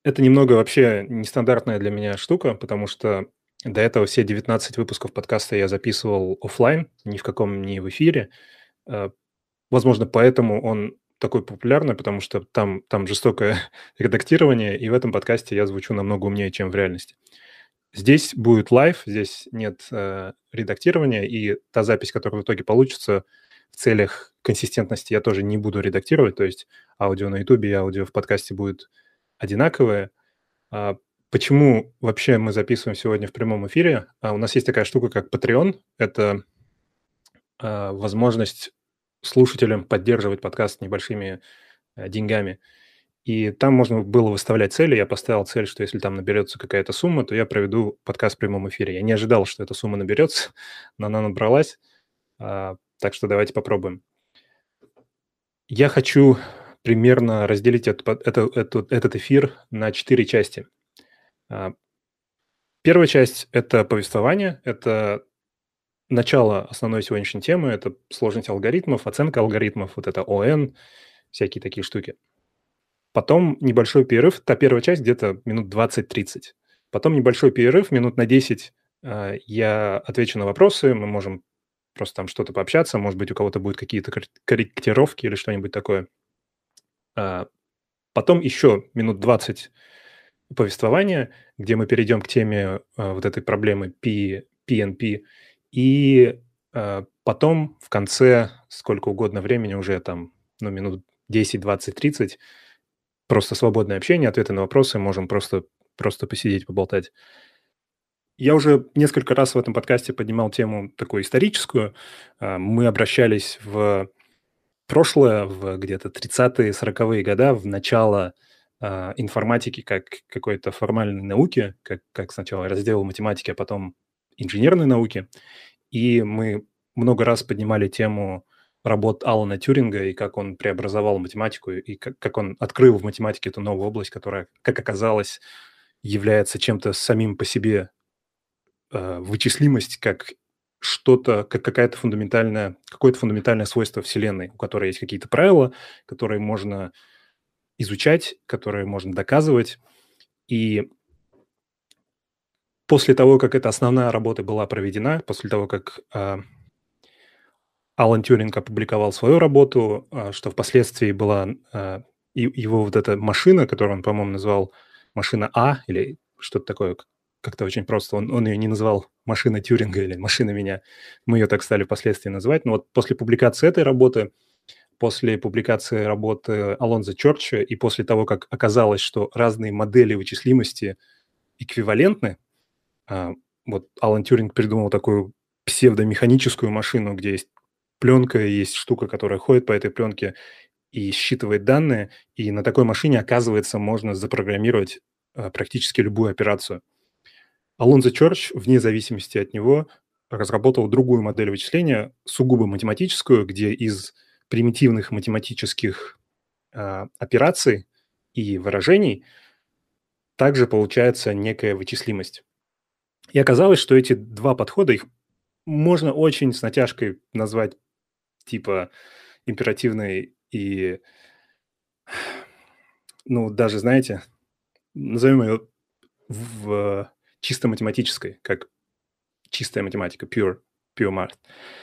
Это немного вообще нестандартная для меня штука, потому что до этого все 19 выпусков подкаста я записывал оффлайн, ни в каком не в эфире. Э, Возможно, поэтому он такой популярный, потому что там жестокое редактирование, и в этом подкасте я звучу намного умнее, чем в реальности. Здесь будет лайв, здесь нет редактирования, и та запись, которая в итоге получится, в целях консистентности я тоже не буду редактировать, то есть аудио на YouTube и аудио в подкасте будет одинаковое. А, Почему вообще мы записываем сегодня в прямом эфире? У нас есть такая штука, как Patreon. Это возможность слушателям поддерживать подкаст небольшими деньгами. И там можно было выставлять цели. Я поставил цель, что если там наберется какая-то сумма, то я проведу подкаст в прямом эфире. Я не ожидал, что эта сумма наберется, но она набралась. Так что давайте попробуем. Я хочу примерно разделить этот эфир на 4 части. А, Первая часть– это повествование, это начало основной сегодняшней темы– это сложность алгоритмов, оценка алгоритмов, вот это ОН, всякие такие штуки. Потом небольшой перерыв, та первая часть где-то минут 20-30. Потом небольшой перерыв, минут на 10 я отвечу на вопросы, мы можем просто там что-то пообщаться, может быть, у кого-то будут какие-то корректировки или что-нибудь такое. А, Потом еще минут 20 повествования, где мы перейдем к теме вот этой проблемы PNP, и потом в конце сколько угодно времени, уже там, ну, минут 10, 20, 30, просто свободное общение, ответы на вопросы, можем просто посидеть, поболтать. Я уже несколько раз в этом подкасте поднимал тему такую историческую. Мы обращались в прошлое, в где-то 30-е, 40-е годы, в начало информатики как какой-то формальной науки, как сначала раздел математики, а потом инженерной науки. И мы много раз поднимали тему работ Алана Тьюринга и как он преобразовал математику, и как он открыл в математике эту новую область, которая, как оказалось, является чем-то самим по себе вычислимость, как что-то, как какое-то фундаментальное свойство Вселенной, у которой есть какие-то правила, которые можно изучать, которые можно доказывать. И после того, как эта основная работа была проведена, после того, как Алан Тьюринг опубликовал свою работу, что впоследствии была его вот эта машина, которую он, по-моему, назвал машина А или что-то такое, как-то очень просто. Он ее не назвал машина Тьюринга или машина меня. Мы ее так стали впоследствии называть. Но вот после публикации этой работы, после публикации работы Алонзо Чорча и после того, как оказалось, что разные модели вычислимости эквивалентны, а, вот Алан Тьюринг придумал такую псевдомеханическую машину, где есть пленка, есть штука, которая ходит по этой пленке и считывает данные, и на такой машине, оказывается, можно запрограммировать практически любую операцию. Алонзо Чорч, вне зависимости от него, разработал другую модель вычисления, сугубо математическую, где из примитивных математических операций и выражений также получается некая вычислимость. И оказалось, что эти два подхода, их можно очень с натяжкой назвать типа императивной и, ну, даже, знаете, назовем ее в чисто математической, как чистая математика, pure math.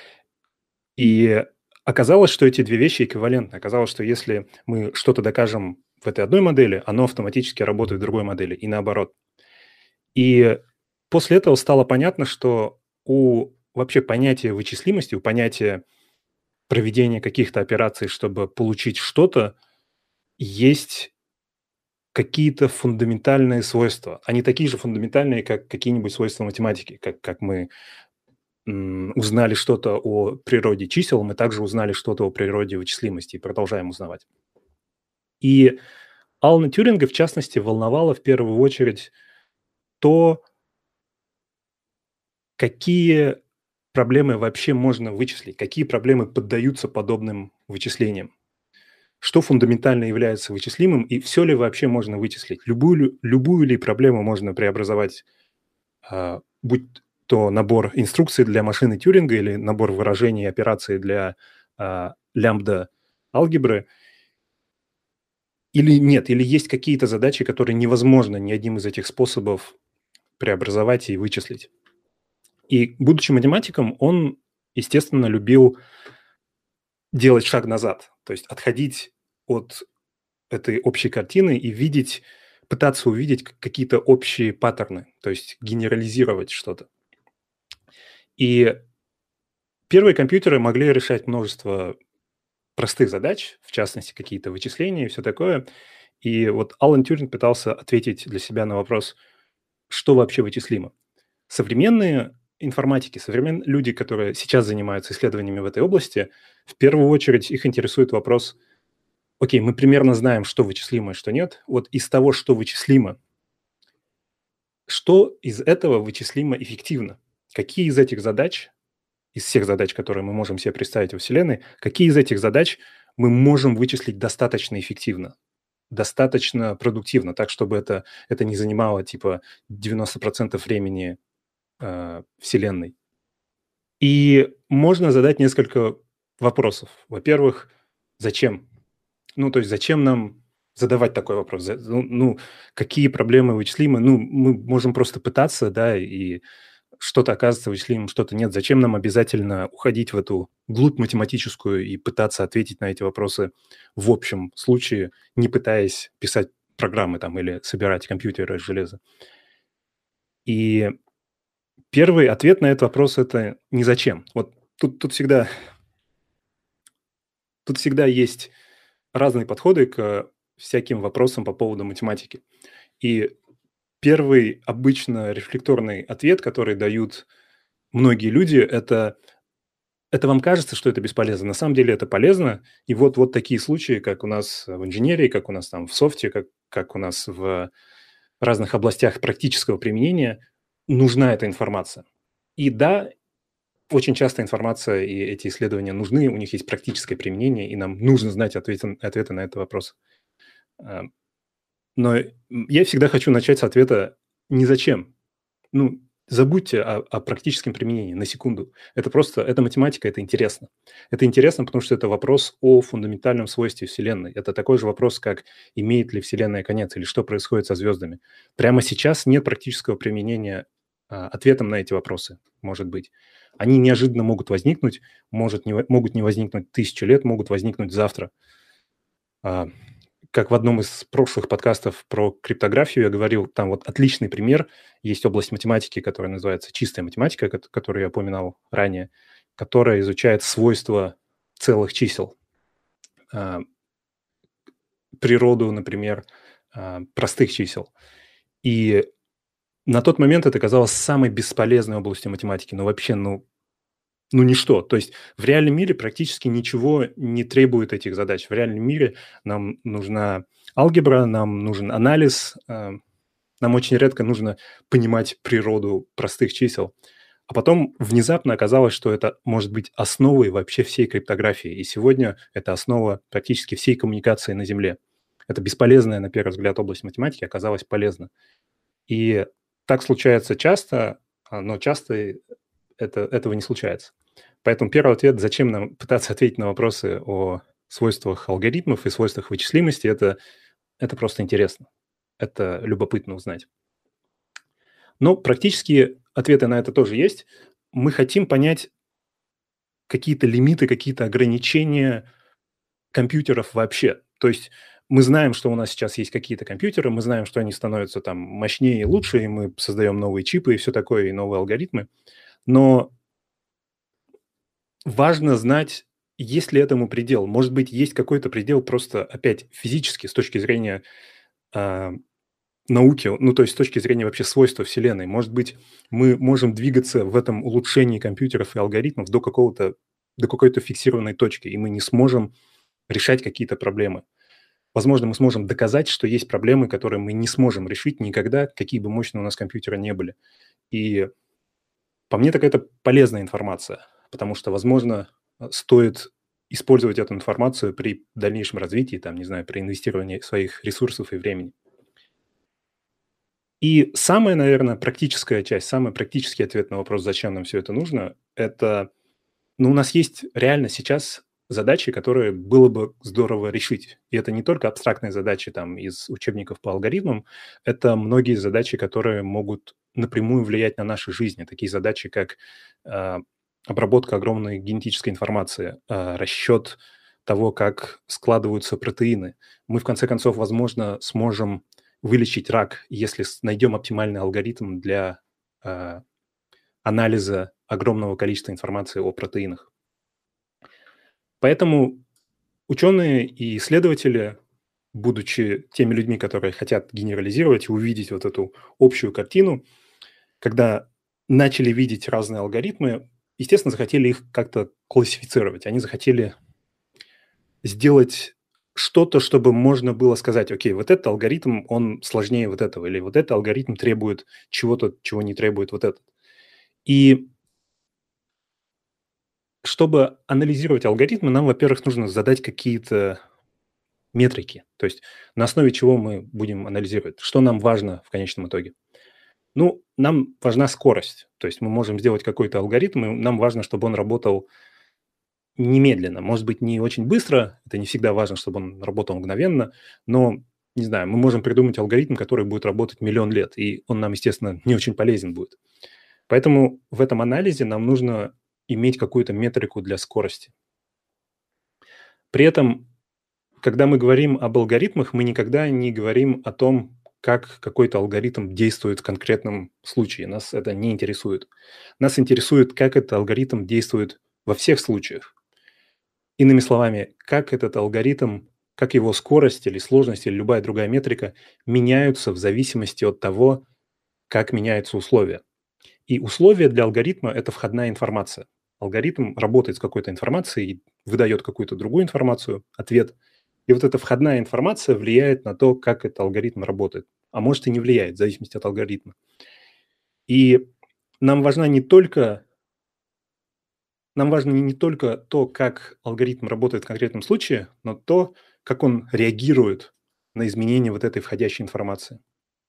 И оказалось, что эти две вещи эквивалентны. Оказалось, что если мы что-то докажем в этой одной модели, оно автоматически работает в другой модели, и наоборот. И после этого стало понятно, что у вообще понятия вычислимости, у понятия проведения каких-то операций, чтобы получить что-то, есть какие-то фундаментальные свойства. Они такие же фундаментальные, как какие-нибудь свойства математики. Как мы узнали что-то о природе чисел, мы также узнали что-то о природе вычислимости и продолжаем узнавать. И Алана Тьюринга, в частности, волновало в первую очередь то, какие проблемы вообще можно вычислить, какие проблемы поддаются подобным вычислениям. Что фундаментально является вычислимым и все ли вообще можно вычислить? Любую ли проблему можно преобразовать, будь то набор инструкций для машины Тьюринга или набор выражений и операций для лямбда-алгебры. Или нет, или есть какие-то задачи, которые невозможно ни одним из этих способов преобразовать и вычислить. И, будучи математиком, он, естественно, любил делать шаг назад, то есть отходить от этой общей картины и видеть, пытаться увидеть какие-то общие паттерны, то есть генерализировать что-то. И первые компьютеры могли решать множество простых задач, в частности, какие-то вычисления и все такое. И вот Алан Тьюринг пытался ответить для себя на вопрос, что вообще вычислимо. Современные информатики, современные люди, которые сейчас занимаются исследованиями в этой области, в первую очередь их интересует вопрос, окей, мы примерно знаем, что вычислимо и что нет. Вот из того, что вычислимо, что из этого вычислимо эффективно? Какие из этих задач, из всех задач, которые мы можем себе представить во Вселенной, какие из этих задач мы можем вычислить достаточно эффективно, достаточно продуктивно, так, чтобы это не занимало типа 90% времени Вселенной. И можно задать несколько вопросов. Во-первых, зачем? Ну, то есть зачем нам задавать такой вопрос? Какие проблемы вычислимы? Ну, мы можем просто пытаться, да, и что-то оказывается вычислимым, что-то нет. Зачем нам обязательно уходить в эту глубь математическую и пытаться ответить на эти вопросы в общем случае, не пытаясь писать программы там или собирать компьютеры из железа? И первый ответ на этот вопрос – это не зачем. Вот тут всегда есть разные подходы к всяким вопросам по поводу математики. И первый обычно рефлекторный ответ, который дают многие люди, это вам кажется, что это бесполезно. На самом деле это полезно. И вот такие случаи, как у нас в инженерии, как у нас там в софте, как у нас в разных областях практического применения, нужна эта информация. И да, очень часто информация и эти исследования нужны, у них есть практическое применение, и нам нужно знать ответы на этот вопрос. Но я всегда хочу начать с ответа «не зачем». Ну, забудьте о практическом применении на секунду. Это математика, это интересно. Это интересно, потому что это вопрос о фундаментальном свойстве Вселенной. Это такой же вопрос, как имеет ли Вселенная конец или что происходит со звездами. Прямо сейчас нет практического применения ответом на эти вопросы, может быть. Они неожиданно могут возникнуть, могут не возникнуть 1000 лет, могут возникнуть завтра. Как в одном из прошлых подкастов про криптографию я говорил, там вот отличный пример. Есть область математики, которая называется чистая математика, которую я упоминал ранее, которая изучает свойства целых чисел. Природу, например, простых чисел. И на тот момент это казалось самой бесполезной областью математики. Но вообще, ничто. То есть в реальном мире практически ничего не требует этих задач. В реальном мире нам нужна алгебра, нам нужен анализ, нам очень редко нужно понимать природу простых чисел. А потом внезапно оказалось, что это может быть основой вообще всей криптографии. И сегодня это основа практически всей коммуникации на Земле. Это бесполезная, на первый взгляд, область математики оказалась полезна. И так случается часто, но часто этого не случается. Поэтому первый ответ, зачем нам пытаться ответить на вопросы о свойствах алгоритмов и свойствах вычислимости, это просто интересно. Это любопытно узнать. Но практические ответы на это тоже есть. Мы хотим понять какие-то лимиты, какие-то ограничения компьютеров вообще. То есть мы знаем, что у нас сейчас есть какие-то компьютеры, мы знаем, что они становятся там мощнее и лучше, и мы создаем новые чипы и все такое, и новые алгоритмы. Но важно знать, есть ли этому предел. Может быть, есть какой-то предел просто, опять, физически, с точки зрения науки, то есть с точки зрения вообще свойства Вселенной. Может быть, мы можем двигаться в этом улучшении компьютеров и алгоритмов до какой-то фиксированной точки, и мы не сможем решать какие-то проблемы. Возможно, мы сможем доказать, что есть проблемы, которые мы не сможем решить никогда, какие бы мощные у нас компьютеры не были. И по мне, так это полезная информация, потому что, возможно, стоит использовать эту информацию при дальнейшем развитии, там, не знаю, при инвестировании своих ресурсов и времени. И самая, наверное, практическая часть, самый практический ответ на вопрос, зачем нам все это нужно, это, у нас есть реально сейчас задачи, которые было бы здорово решить. И это не только абстрактные задачи там из учебников по алгоритмам, это многие задачи, которые могут напрямую влиять на наши жизни. Такие задачи, как а, обработка огромной генетической информации, расчет того, как складываются протеины. Мы, в конце концов, возможно, сможем вылечить рак, если найдем оптимальный алгоритм для а, анализа огромного количества информации о протеинах. Поэтому ученые и исследователи, будучи теми людьми, которые хотят генерализировать и увидеть вот эту общую картину, когда начали видеть разные алгоритмы, естественно, захотели их как-то классифицировать. Они захотели сделать что-то, чтобы можно было сказать: окей, вот этот алгоритм, он сложнее вот этого, или вот этот алгоритм требует чего-то, чего не требует вот этот. И чтобы анализировать алгоритмы, нам, во-первых, нужно задать какие-то метрики, то есть на основе чего мы будем анализировать, что нам важно в конечном итоге. Ну, нам важна скорость, то есть мы можем сделать какой-то алгоритм, и нам важно, чтобы он работал немедленно, может быть, не очень быстро, это не всегда важно, чтобы он работал мгновенно, но, не знаю, мы можем придумать алгоритм, который будет работать миллион лет, и он нам, естественно, не очень полезен будет. Поэтому в этом анализе нам нужно иметь какую-то метрику для скорости. При этом, когда мы говорим об алгоритмах, мы никогда не говорим о том, как какой-то алгоритм действует в конкретном случае. Нас это не интересует. Нас интересует, как этот алгоритм действует во всех случаях. Иными словами, как этот алгоритм, как его скорость или сложность или любая другая метрика меняются в зависимости от того, как меняются условия. И условия для алгоритма – это входная информация. Алгоритм работает с какой-то информацией и выдает какую-то другую информацию, ответ. И вот эта входная информация влияет на то, как этот алгоритм работает. А может и не влияет, в зависимости от алгоритма. И нам важна не только нам важно не только то, как алгоритм работает в конкретном случае, но то, как он реагирует на изменения вот этой входящей информации.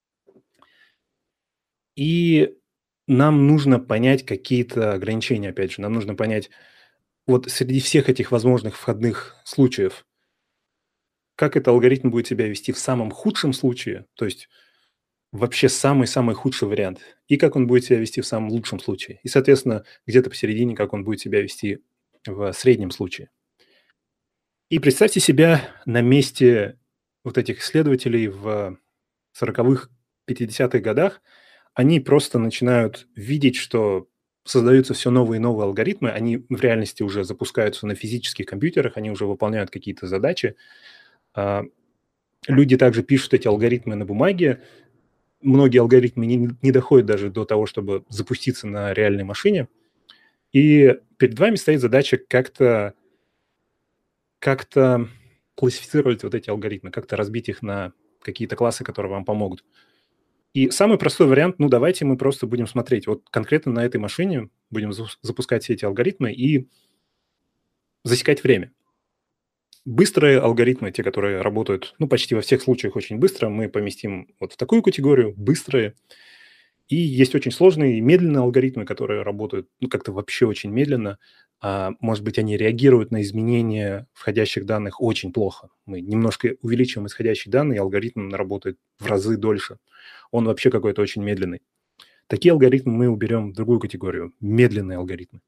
И нам нужно понять какие-то ограничения, опять же. Нам нужно понять, вот среди всех этих возможных входных случаев, как этот алгоритм будет себя вести в самом худшем случае, то есть вообще самый-самый худший вариант, и как он будет себя вести в самом лучшем случае. И, соответственно, где-то посередине, как он будет себя вести в среднем случае. И представьте себя на месте вот этих исследователей в 40-х, 50-х годах. Они просто начинают видеть, что создаются все новые и новые алгоритмы, они в реальности уже запускаются на физических компьютерах, они уже выполняют какие-то задачи. А, Люди также пишут эти алгоритмы на бумаге. Многие алгоритмы не доходят даже до того, чтобы запуститься на реальной машине. И перед вами стоит задача как-то классифицировать вот эти алгоритмы, как-то разбить их на какие-то классы, которые вам помогут. И самый простой вариант, ну, давайте мы просто будем смотреть, вот конкретно на этой машине будем запускать все эти алгоритмы и засекать время. Быстрые алгоритмы, те, которые работают, ну, почти во всех случаях очень быстро, мы поместим вот в такую категорию, быстрые. И есть очень сложные и медленные алгоритмы, которые работают, ну, как-то вообще очень медленно. Может быть, они реагируют на изменения входящих данных очень плохо. Мы немножко увеличиваем исходящие данные, и алгоритм работает в разы дольше. Он вообще какой-то очень медленный. Такие алгоритмы мы уберем в другую категорию – медленные алгоритмы.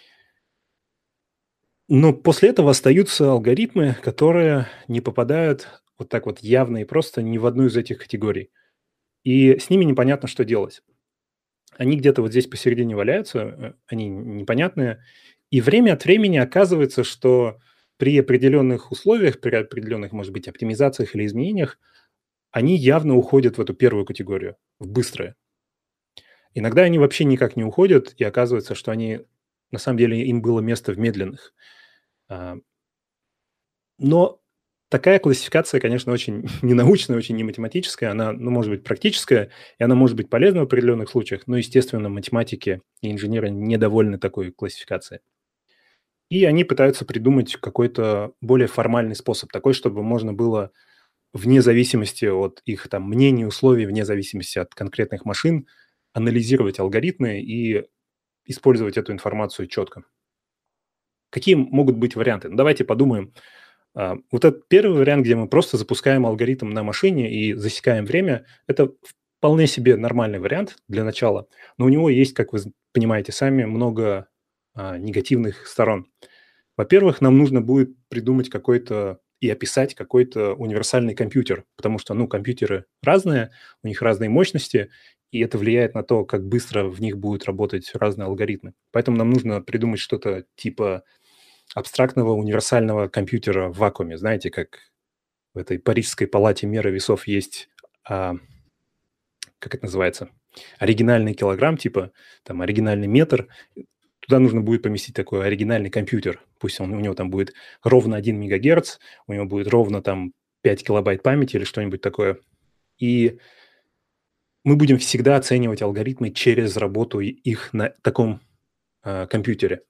Но после этого остаются алгоритмы, которые не попадают вот так вот явно и просто ни в одну из этих категорий. И с ними непонятно, что делать. Они где-то вот здесь посередине валяются, они непонятные. И время от времени оказывается, что при определенных условиях, при определенных, может быть, оптимизациях или изменениях, они явно уходят в эту первую категорию, в быстрое. Иногда они вообще никак не уходят, и оказывается, что они, на самом деле, им было место в медленных. А, Но такая классификация, конечно, очень ненаучная, очень не математическая. Она, ну, может быть, практическая, и она может быть полезна в определенных случаях, но, естественно, математики и инженеры недовольны такой классификацией. И они пытаются придумать какой-то более формальный способ, такой, чтобы можно было вне зависимости от их там мнений, условий, вне зависимости от конкретных машин, анализировать алгоритмы и использовать эту информацию четко. Какие могут быть варианты? Ну, давайте подумаем. Вот этот первый вариант, где мы просто запускаем алгоритм на машине и засекаем время, это вполне себе нормальный вариант для начала, но у него есть, как вы понимаете сами, много негативных сторон. Во-первых, нам нужно будет придумать какой-то и описать какой-то универсальный компьютер, потому что, ну, компьютеры разные, у них разные мощности, и это влияет на то, как быстро в них будут работать разные алгоритмы. Поэтому нам нужно придумать что-то типа абстрактного универсального компьютера в вакууме. Знаете, как в этой Парижской палате меры весов есть, а, как это называется, оригинальный килограмм, типа там оригинальный метр. Туда нужно будет поместить такой оригинальный компьютер. Пусть у него там будет ровно 1 мегагерц, у него будет ровно там 5 килобайт памяти или что-нибудь такое. И мы будем всегда оценивать алгоритмы через работу их на таком компьютере.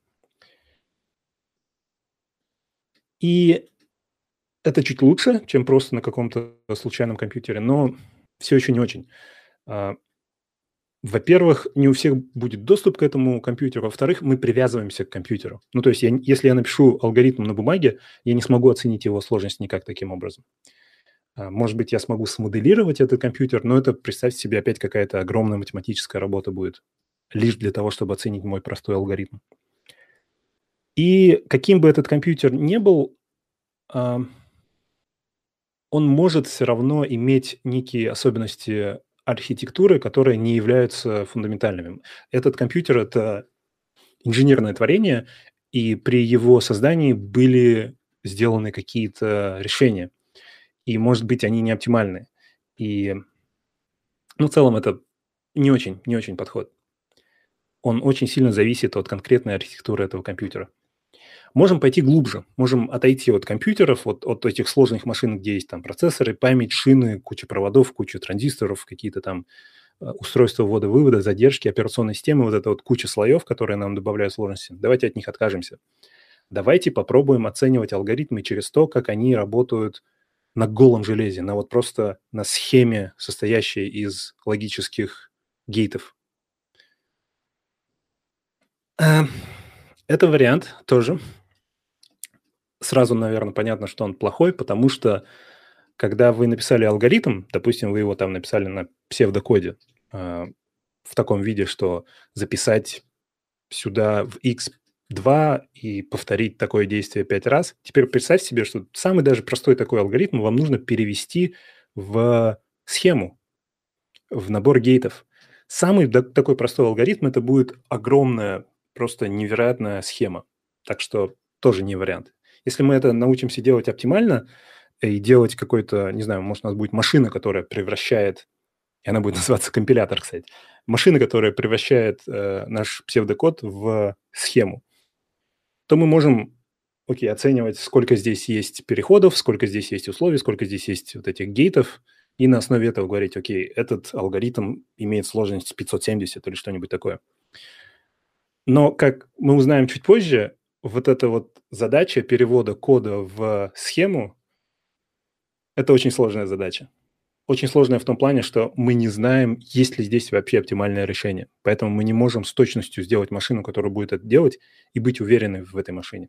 И это чуть лучше, чем просто на каком-то случайном компьютере, но все еще не очень. А, Во-первых, не у всех будет доступ к этому компьютеру. Во-вторых, мы привязываемся к компьютеру. Ну, то есть, если я напишу алгоритм на бумаге, я не смогу оценить его сложность никак таким образом. Может быть, я смогу смоделировать этот компьютер, но это, представьте себе, опять какая-то огромная математическая работа будет лишь для того, чтобы оценить мой простой алгоритм. И каким бы этот компьютер ни был, а, он может все равно иметь некие особенности архитектуры, которые не являются фундаментальными. Этот компьютер – это инженерное творение, и при его создании были сделаны какие-то решения, и, может быть, они не оптимальны. И, ну, в целом это не очень подход. Он очень сильно зависит от конкретной архитектуры этого компьютера. Можем пойти глубже, можем отойти от компьютеров, от этих сложных машин, где есть там процессоры, память, шины, куча проводов, куча транзисторов, какие-то там устройства ввода-вывода, задержки, операционной системы, вот это вот куча слоев, которые нам добавляют сложности. Давайте от них откажемся. Давайте попробуем оценивать алгоритмы через то, как они работают на голом железе, на вот просто на схеме, состоящей из логических гейтов. Э, Это вариант тоже. Сразу, наверное, понятно, что он плохой, потому что когда вы написали алгоритм, допустим, вы его там написали на псевдокоде, в таком виде, что записать сюда в x2 и повторить такое действие 5 раз. Теперь представь себе, что самый даже простой такой алгоритм вам нужно перевести в схему, в набор гейтов. Самый такой простой алгоритм – это будет огромная, просто невероятная схема. Так что тоже не вариант. Если мы это научимся делать оптимально и делать какой-то, не знаю, может, у нас будет машина, которая превращает, и она будет называться компилятор, кстати, машина, которая превращает наш псевдокод в схему, то мы можем, окей, оценивать, сколько здесь есть переходов, сколько здесь есть условий, сколько здесь есть вот этих гейтов, и на основе этого говорить, окей, этот алгоритм имеет сложность 570 или что-нибудь такое. Но, как мы узнаем чуть позже, вот эта вот задача перевода кода в схему – это очень сложная задача. Очень сложная в том плане, что мы не знаем, есть ли здесь вообще оптимальное решение. Поэтому мы не можем с точностью сделать машину, которая будет это делать, и быть уверены в этой машине.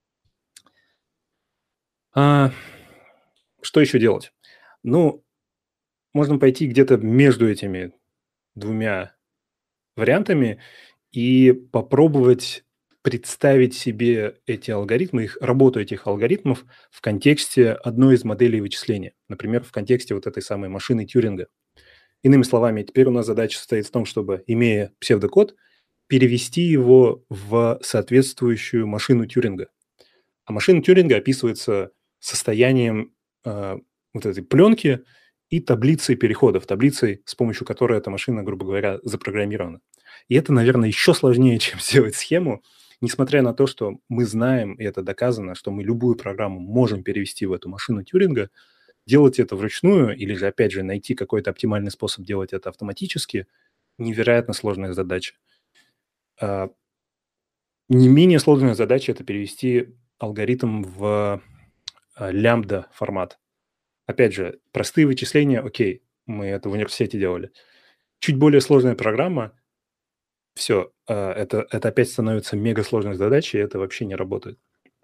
А, Что еще делать? Ну, можно пойти где-то между этими двумя вариантами и попробовать представить себе эти алгоритмы, работу этих алгоритмов в контексте одной из моделей вычисления. Например, в контексте вот этой самой машины Тьюринга. Иными словами, теперь у нас задача состоит в том, чтобы, имея псевдокод, перевести его в соответствующую машину Тьюринга. А машина Тьюринга описывается состоянием вот этой пленки и таблицей переходов, таблицей, с помощью которой эта машина, грубо говоря, запрограммирована. И это, наверное, еще сложнее, чем сделать схему, несмотря на то, что мы знаем, и это доказано, что мы любую программу можем перевести в эту машину Тьюринга, делать это вручную или же, опять же, найти какой-то оптимальный способ делать это автоматически – невероятно сложная задача. А, Не менее сложная задача – это перевести алгоритм в лямбда формат. Опять же, простые вычисления, окей, мы это в университете делали. Чуть более сложная программа, все, это опять становится мега сложной задачей, и это вообще не работает.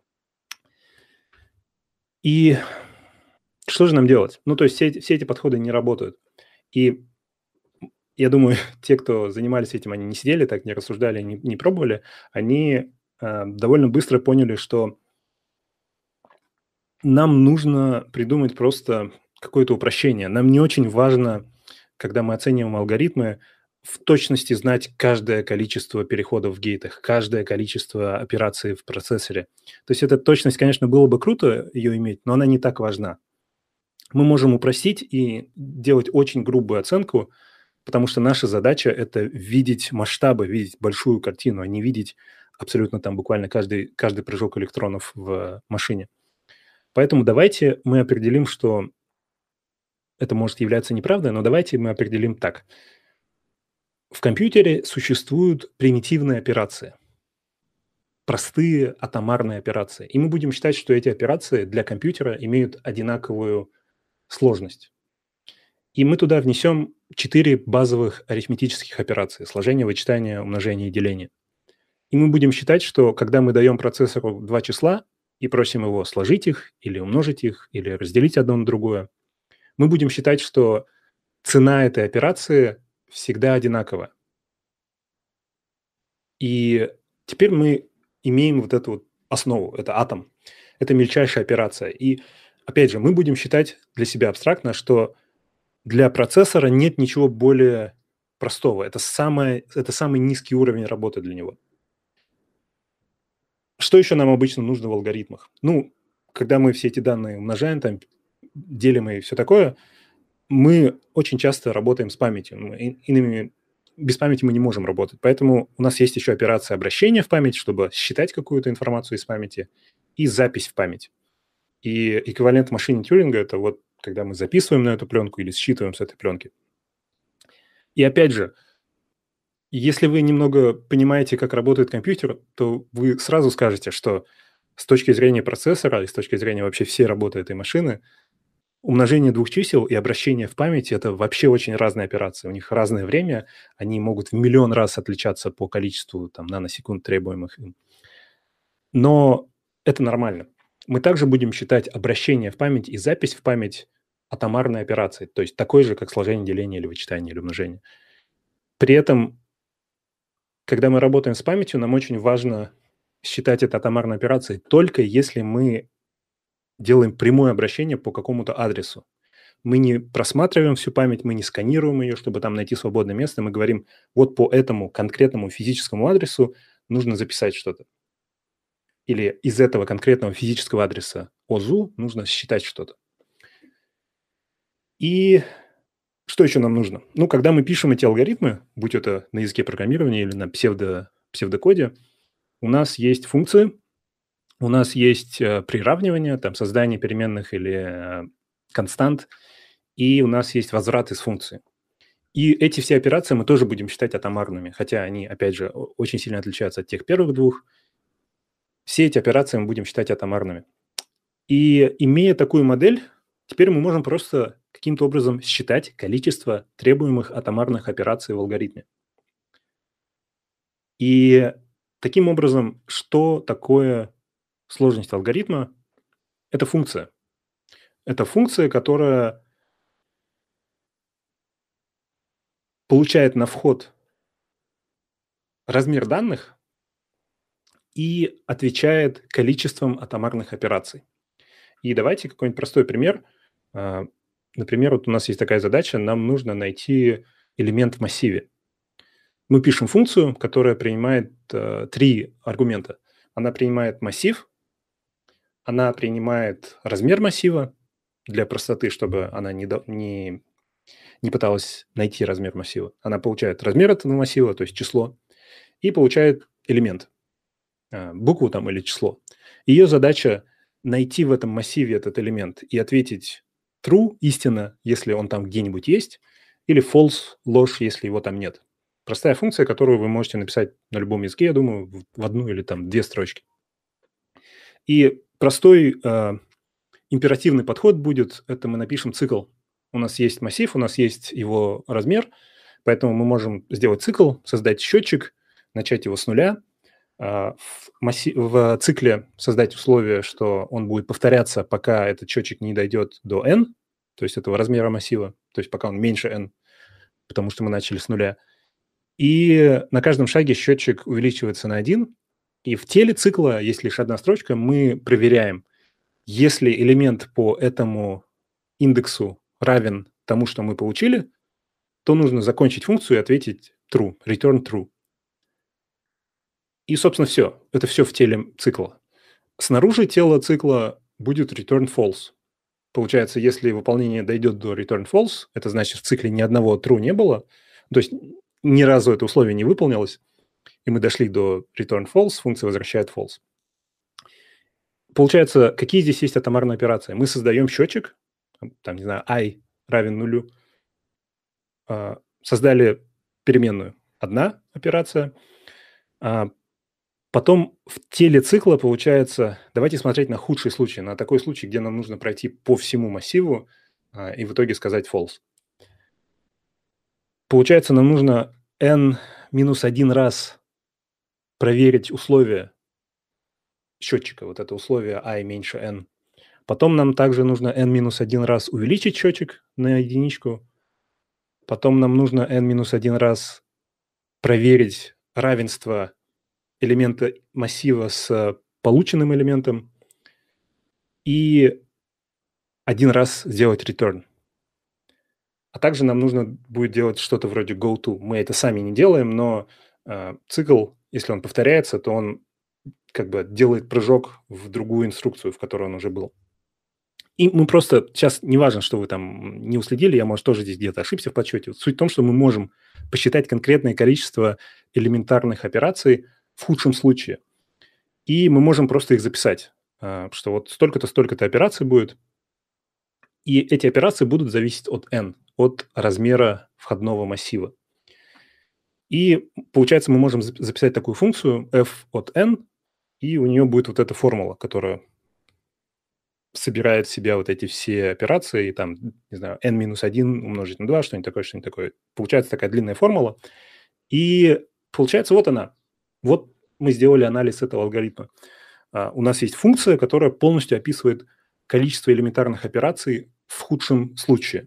И что же нам делать? Ну, то есть все эти подходы не работают. И я думаю, те, кто занимались этим, они не сидели так, не рассуждали, не пробовали, они довольно быстро поняли, что нам нужно придумать просто какое-то упрощение. Нам не очень важно, когда мы оцениваем алгоритмы, в точности знать каждое количество переходов в гейтах, каждое количество операций в процессоре. То есть эта точность, конечно, было бы круто ее иметь, но она не так важна. Мы можем упростить и делать очень грубую оценку, потому что наша задача – это видеть масштабы, видеть большую картину, а не видеть абсолютно там буквально каждый прыжок электронов в машине. Поэтому давайте мы определим, что это может являться неправдой, но давайте мы определим так. В компьютере существуют примитивные операции, простые атомарные операции. И мы будем считать, что эти операции для компьютера имеют одинаковую сложность. И мы туда внесем 4 базовых арифметических операции – сложение, вычитание, умножение и деление. И мы будем считать, что когда мы даем процессору два числа и просим его сложить их или умножить их, или разделить одно на другое, мы будем считать, что цена этой операции всегда одинакова. И теперь мы имеем вот эту вот основу, это атом, это мельчайшая операция. И опять же, мы будем считать для себя абстрактно, что для процессора нет ничего более простого. Это самый низкий уровень работы для него. Что еще нам обычно нужно в алгоритмах? Ну, когда мы все эти данные умножаем, там, делим и все такое, мы очень часто работаем с памятью. Без памяти мы не можем работать. Поэтому у нас есть еще операция обращения в память, чтобы считать какую-то информацию из памяти, и запись в память. И эквивалент в машине Тьюринга – это вот когда мы записываем на эту пленку или считываем с этой пленки. И опять же, если вы немного понимаете, как работает компьютер, то вы сразу скажете, что с точки зрения процессора и с точки зрения вообще всей работы этой машины, умножение двух чисел и обращение в память – это вообще очень разные операции. У них разное время, они могут в миллион раз отличаться по количеству там, наносекунд, требуемых им. Но это нормально. Мы также будем считать обращение в память и запись в память атомарной операцией, то есть такой же, как сложение, деление или вычитание или умножение. При этом, когда мы работаем с памятью, нам очень важно считать это атомарной операцией только если мы делаем прямое обращение по какому-то адресу. Мы не просматриваем всю память, мы не сканируем ее, чтобы там найти свободное место. Мы говорим, вот по этому конкретному физическому адресу нужно записать что-то. Или из этого конкретного физического адреса ОЗУ нужно считать что-то. И что еще нам нужно? Ну, когда мы пишем эти алгоритмы, будь это на языке программирования или на псевдокоде, у нас есть функции, у нас есть приравнивание, там, создание переменных или констант, и у нас есть возврат из функции. И эти все операции мы тоже будем считать атомарными, хотя они, опять же, очень сильно отличаются от тех первых двух. Все эти операции мы будем считать атомарными. И имея такую модель, теперь мы можем просто каким-то образом считать количество требуемых атомарных операций в алгоритме. И таким образом, что такое сложность алгоритма? Это функция. Это функция, которая получает на вход размер данных и отвечает количеством атомарных операций. И давайте какой-нибудь простой пример. Например, вот у нас есть такая задача, нам нужно найти элемент в массиве. Мы пишем функцию, которая принимает 3 аргумента. Она принимает массив, она принимает размер массива для простоты, чтобы она не пыталась найти размер массива. Она получает размер этого массива, то есть число, и получает элемент, букву там или число. Ее задача найти в этом массиве этот элемент и ответить true, истина, если он там где-нибудь есть, или false, ложь, если его там нет. Простая функция, которую вы можете написать на любом языке, я думаю, в одну или там 2 строчки. И простой императивный подход будет, это мы напишем цикл. У нас есть массив, у нас есть его размер, поэтому мы можем сделать цикл, создать счетчик, начать его с нуля, в цикле создать условие, что он будет повторяться, пока этот счетчик не дойдет до n, то есть этого размера массива, то есть пока он меньше n, потому что мы начали с нуля. И на каждом шаге счетчик увеличивается на 1, и в теле цикла есть лишь одна строчка, мы проверяем, если элемент по этому индексу равен тому, что мы получили, то нужно закончить функцию и ответить true, return true. И, собственно, все. Это все в теле цикла. Снаружи тела цикла будет return false. Получается, если выполнение дойдет до return false, это значит, в цикле ни одного true не было, то есть ни разу это условие не выполнилось, и мы дошли до return false, функция возвращает false. Получается, какие здесь есть атомарные операции? Мы создаем счетчик, там, не знаю, i равен нулю, создали переменную. Одна операция. Потом в теле цикла получается, давайте смотреть на худший случай, на такой случай, где нам нужно пройти по всему массиву и в итоге сказать false. Получается, нам нужно n-1 раз проверить условие счетчика, вот это условие i меньше n. Потом нам также нужно n-1 раз увеличить счетчик на единичку. Потом нам нужно n-1 раз проверить равенство элемента массива с полученным элементом и один раз сделать return. А также нам нужно будет делать что-то вроде goTo. Мы это сами не делаем, но цикл, если он повторяется, то он как бы делает прыжок в другую инструкцию, в которой он уже был. И мы просто, сейчас не важно, что вы там не уследили, я, может, тоже здесь где-то ошибся в подсчете. Суть в том, что мы можем посчитать конкретное количество элементарных операций в худшем случае. И мы можем просто их записать, что вот столько-то, столько-то операций будет. И эти операции будут зависеть от n, от размера входного массива. И получается, мы можем записать такую функцию f от n, и у нее будет вот эта формула, которая собирает в себя вот эти все операции, и там, не знаю, n-1 умножить на 2, что-нибудь такое, что-нибудь такое. Получается такая длинная формула. И получается вот она. Вот мы сделали анализ этого алгоритма. У нас есть функция, которая полностью описывает количество элементарных операций в худшем случае.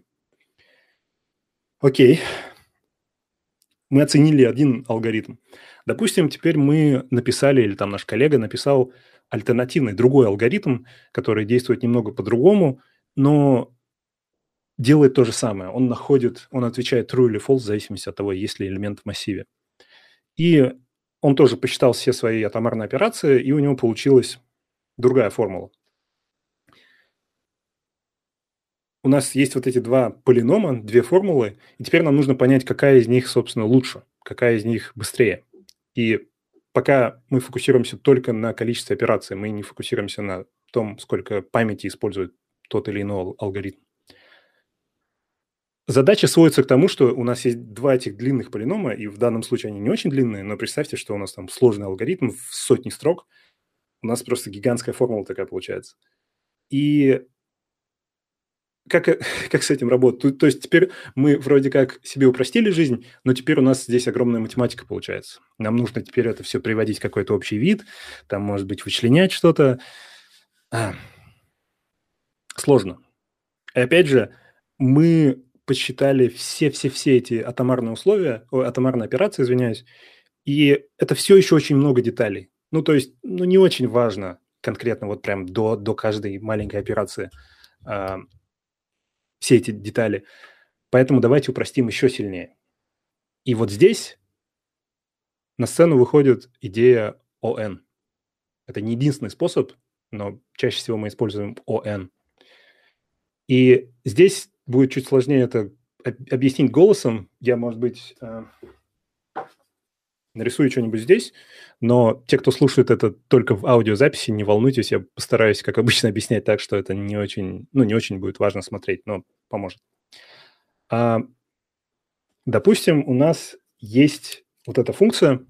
Окей. Мы оценили один алгоритм. Допустим, теперь мы написали, или там наш коллега написал альтернативный, другой алгоритм, который действует немного по-другому, но делает то же самое. Он отвечает true или false в зависимости от того, есть ли элемент в массиве. И он тоже посчитал все свои атомарные операции, и у него получилась другая формула. У нас есть вот эти два полинома, две формулы, и теперь нам нужно понять, какая из них, собственно, лучше, какая из них быстрее. И пока мы фокусируемся только на количестве операций, мы не фокусируемся на том, сколько памяти использует тот или иной алгоритм. Задача сводится к тому, что у нас есть два этих длинных полинома, и в данном случае они не очень длинные, но представьте, что у нас там сложный алгоритм в сотни строк, у нас просто гигантская формула такая получается. И как с этим работать? То есть теперь мы вроде как себе упростили жизнь, но теперь у нас здесь огромная математика получается. Нам нужно теперь это все приводить в какой-то общий вид, там, может быть, вычленять что-то. Сложно. И опять же, мы посчитали все эти атомарные атомарные операции, извиняюсь, и это все еще очень много деталей. Ну, то есть, не очень важно конкретно вот прям до каждой маленькой операции все эти детали. Поэтому давайте упростим еще сильнее. И вот здесь на сцену выходит идея ОН. Это не единственный способ, но чаще всего мы используем ОН. И здесь будет чуть сложнее это объяснить голосом. Я, может быть, нарисую что-нибудь здесь, но те, кто слушает это только в аудиозаписи, не волнуйтесь, я постараюсь, как обычно, объяснять так, что это не очень будет важно смотреть, но поможет. Допустим, у нас есть вот эта функция,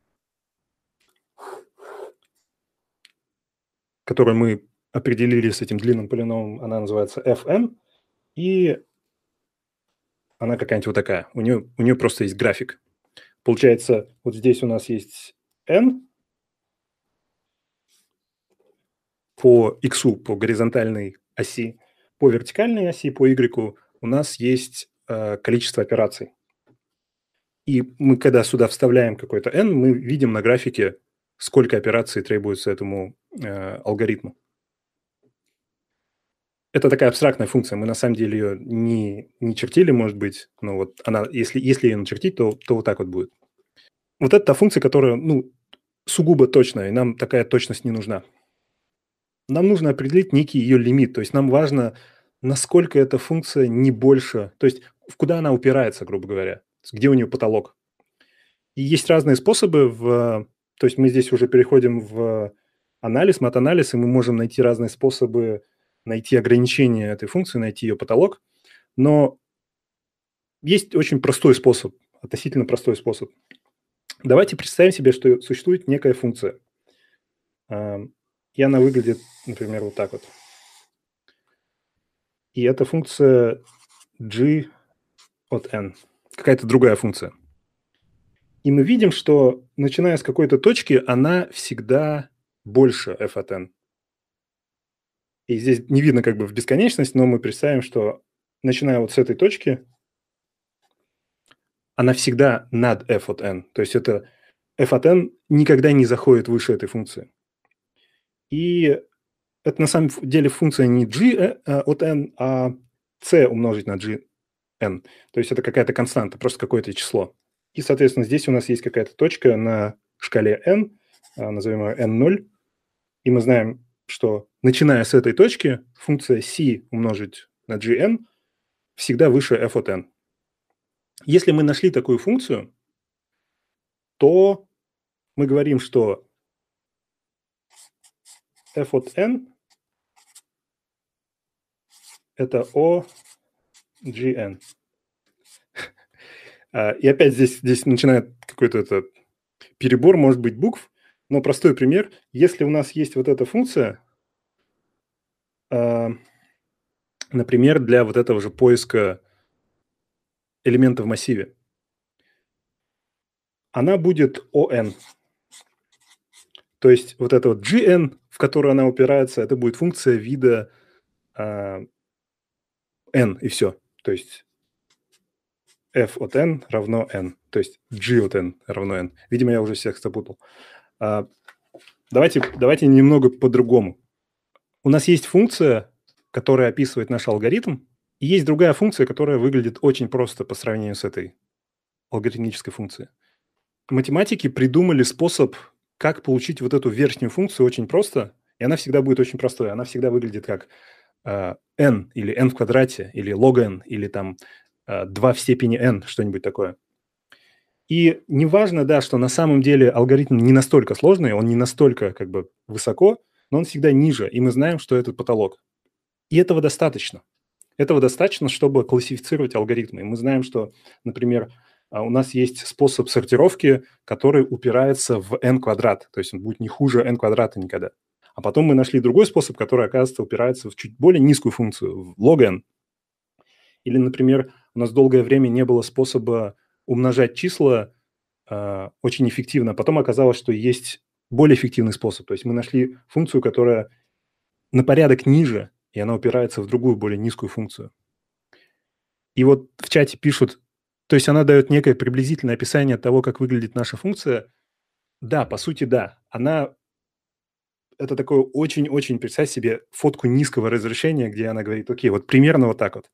которую мы определили с этим длинным полиномом, она называется fn, и она какая-нибудь вот такая. У нее просто есть график. Получается, вот здесь у нас есть n по x, по горизонтальной оси, по вертикальной оси, по y у нас есть количество операций. И мы, когда сюда вставляем какой-то n, мы видим на графике, сколько операций требуется этому алгоритму. Это такая абстрактная функция. Мы на самом деле ее не чертили, может быть, но вот она, если ее начертить, то вот так вот будет. Вот это та функция, которая, сугубо точная, и нам такая точность не нужна. Нам нужно определить некий ее лимит, то есть нам важно, насколько эта функция не больше, то есть в куда она упирается, грубо говоря, где у нее потолок. И есть разные способы, то есть мы здесь уже переходим в анализ, мат-анализ, и мы можем найти разные способы найти ограничение этой функции, найти ее потолок, но есть очень простой способ, относительно простой способ. Давайте представим себе, что существует некая функция, и она выглядит, например, вот так вот. И эта функция g от n, какая-то другая функция. И мы видим, что, начиная с какой-то точки, она всегда больше f от n. И здесь не видно как бы в бесконечность, но мы представим, что, начиная вот с этой точки, она всегда над f от n. То есть это f от n никогда не заходит выше этой функции. И это на самом деле функция не g от n, а c умножить на g n. То есть это какая-то константа, просто какое-то число. И, соответственно, здесь у нас есть какая-то точка на шкале n, назовем ее n0, и мы знаем, что, начиная с этой точки, функция c умножить на gn всегда выше f от n. Если мы нашли такую функцию, то мы говорим, что f от n – это o gn. И опять здесь начинает какой-то перебор, может быть, букв, но простой пример. Если у нас есть вот эта функция, например, для вот этого же поиска элемента в массиве, она будет on. То есть вот это вот gn, в которую она упирается, это будет функция вида n, и все. То есть f от n равно n. То есть g от n равно n. Видимо, я уже всех запутал. Давайте немного по-другому. У нас есть функция, которая описывает наш алгоритм, и есть другая функция, которая выглядит очень просто по сравнению с этой алгоритмической функцией. Математики придумали способ, как получить вот эту верхнюю функцию очень просто, и она всегда будет очень простой. Она всегда выглядит как n или n в квадрате, или log n, или там 2 в степени n, что-нибудь такое. И неважно, да, что на самом деле алгоритм не настолько сложный, он не настолько как бы высоко, но он всегда ниже, и мы знаем, что это потолок. И этого достаточно. Этого достаточно, чтобы классифицировать алгоритмы. И мы знаем, что, например, у нас есть способ сортировки, который упирается в n квадрат, то есть он будет не хуже n квадрата никогда. А потом мы нашли другой способ, который, оказывается, упирается в чуть более низкую функцию, в log n. Или, например, у нас долгое время не было способа умножать числа очень эффективно. Потом оказалось, что есть более эффективный способ. То есть мы нашли функцию, которая на порядок ниже, и она упирается в другую, более низкую функцию. И вот в чате пишут, то есть она дает некое приблизительное описание того, как выглядит наша функция. Да, по сути, да. Это такое очень-очень, представь себе, фотку низкого разрешения, где она говорит, окей, вот примерно вот так вот.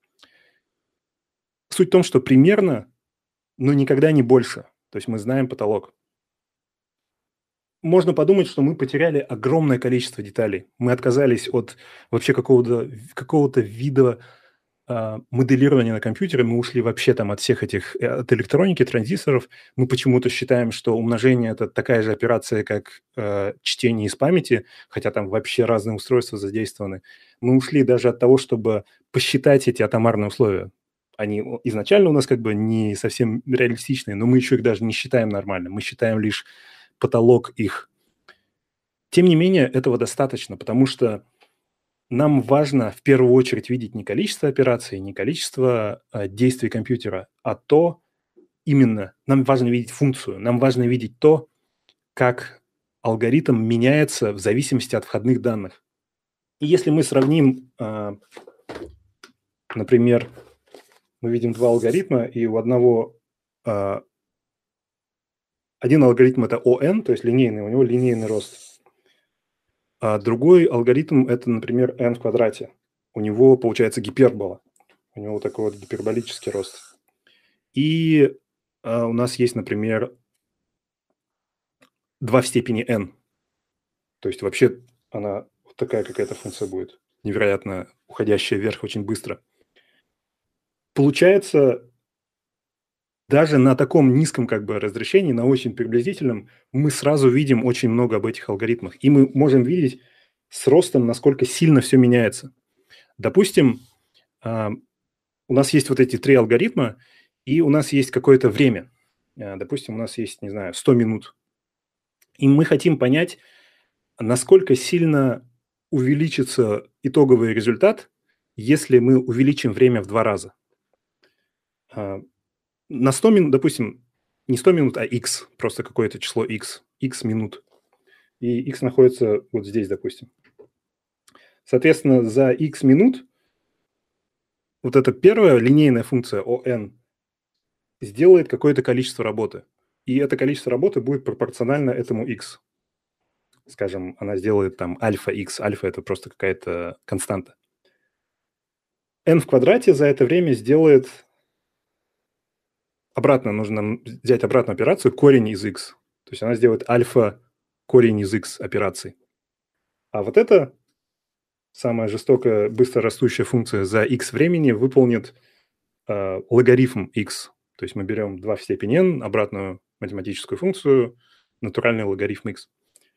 Суть в том, что примерно, но никогда не больше. То есть мы знаем потолок. Можно подумать, что мы потеряли огромное количество деталей. Мы отказались от вообще какого-то вида моделирования на компьютере. Мы ушли вообще там от всех этих, от электроники, транзисторов. Мы почему-то считаем, что умножение – это такая же операция, как чтение из памяти, хотя там вообще разные устройства задействованы. Мы ушли даже от того, чтобы посчитать эти атомарные условия. Они изначально у нас как бы не совсем реалистичные, но мы еще их даже не считаем нормально. Мы считаем лишь потолок их. Тем не менее, этого достаточно, потому что нам важно в первую очередь видеть не количество операций, не количество действий компьютера, а то, именно, нам важно видеть функцию, нам важно видеть то, как алгоритм меняется в зависимости от входных данных. И если мы сравним, например, мы видим два алгоритма, и у одного один алгоритм – это ON, то есть линейный, у него линейный рост. А другой алгоритм – это, например, n в квадрате. У него получается гипербола. У него такой вот гиперболический рост. И у нас есть, например, 2 в степени n. То есть вообще она вот такая какая-то функция будет. Невероятно уходящая вверх очень быстро. Получается, даже на таком низком как бы разрешении, на очень приблизительном, мы сразу видим очень много об этих алгоритмах. И мы можем видеть с ростом, насколько сильно все меняется. Допустим, у нас есть вот эти 3 алгоритма, и у нас есть какое-то время. Допустим, у нас есть, не знаю, 100 минут. И мы хотим понять, насколько сильно увеличится итоговый результат, если мы увеличим время в 2 раза. На 100 минут, допустим, не 100 минут, а x, просто какое-то число x минут. И x находится вот здесь, допустим. Соответственно, за x минут вот эта первая линейная функция on сделает какое-то количество работы. И это количество работы будет пропорционально этому x. Скажем, она сделает там альфа x. Альфа – это просто какая-то константа. n в квадрате за это время сделает... Обратно нужно взять обратную операцию корень из x. То есть она сделает альфа корень из x операций. А вот эта самая жестокая, быстро растущая функция за x времени выполнит логарифм x. То есть мы берем 2 в степени n, обратную математическую функцию, натуральный логарифм x.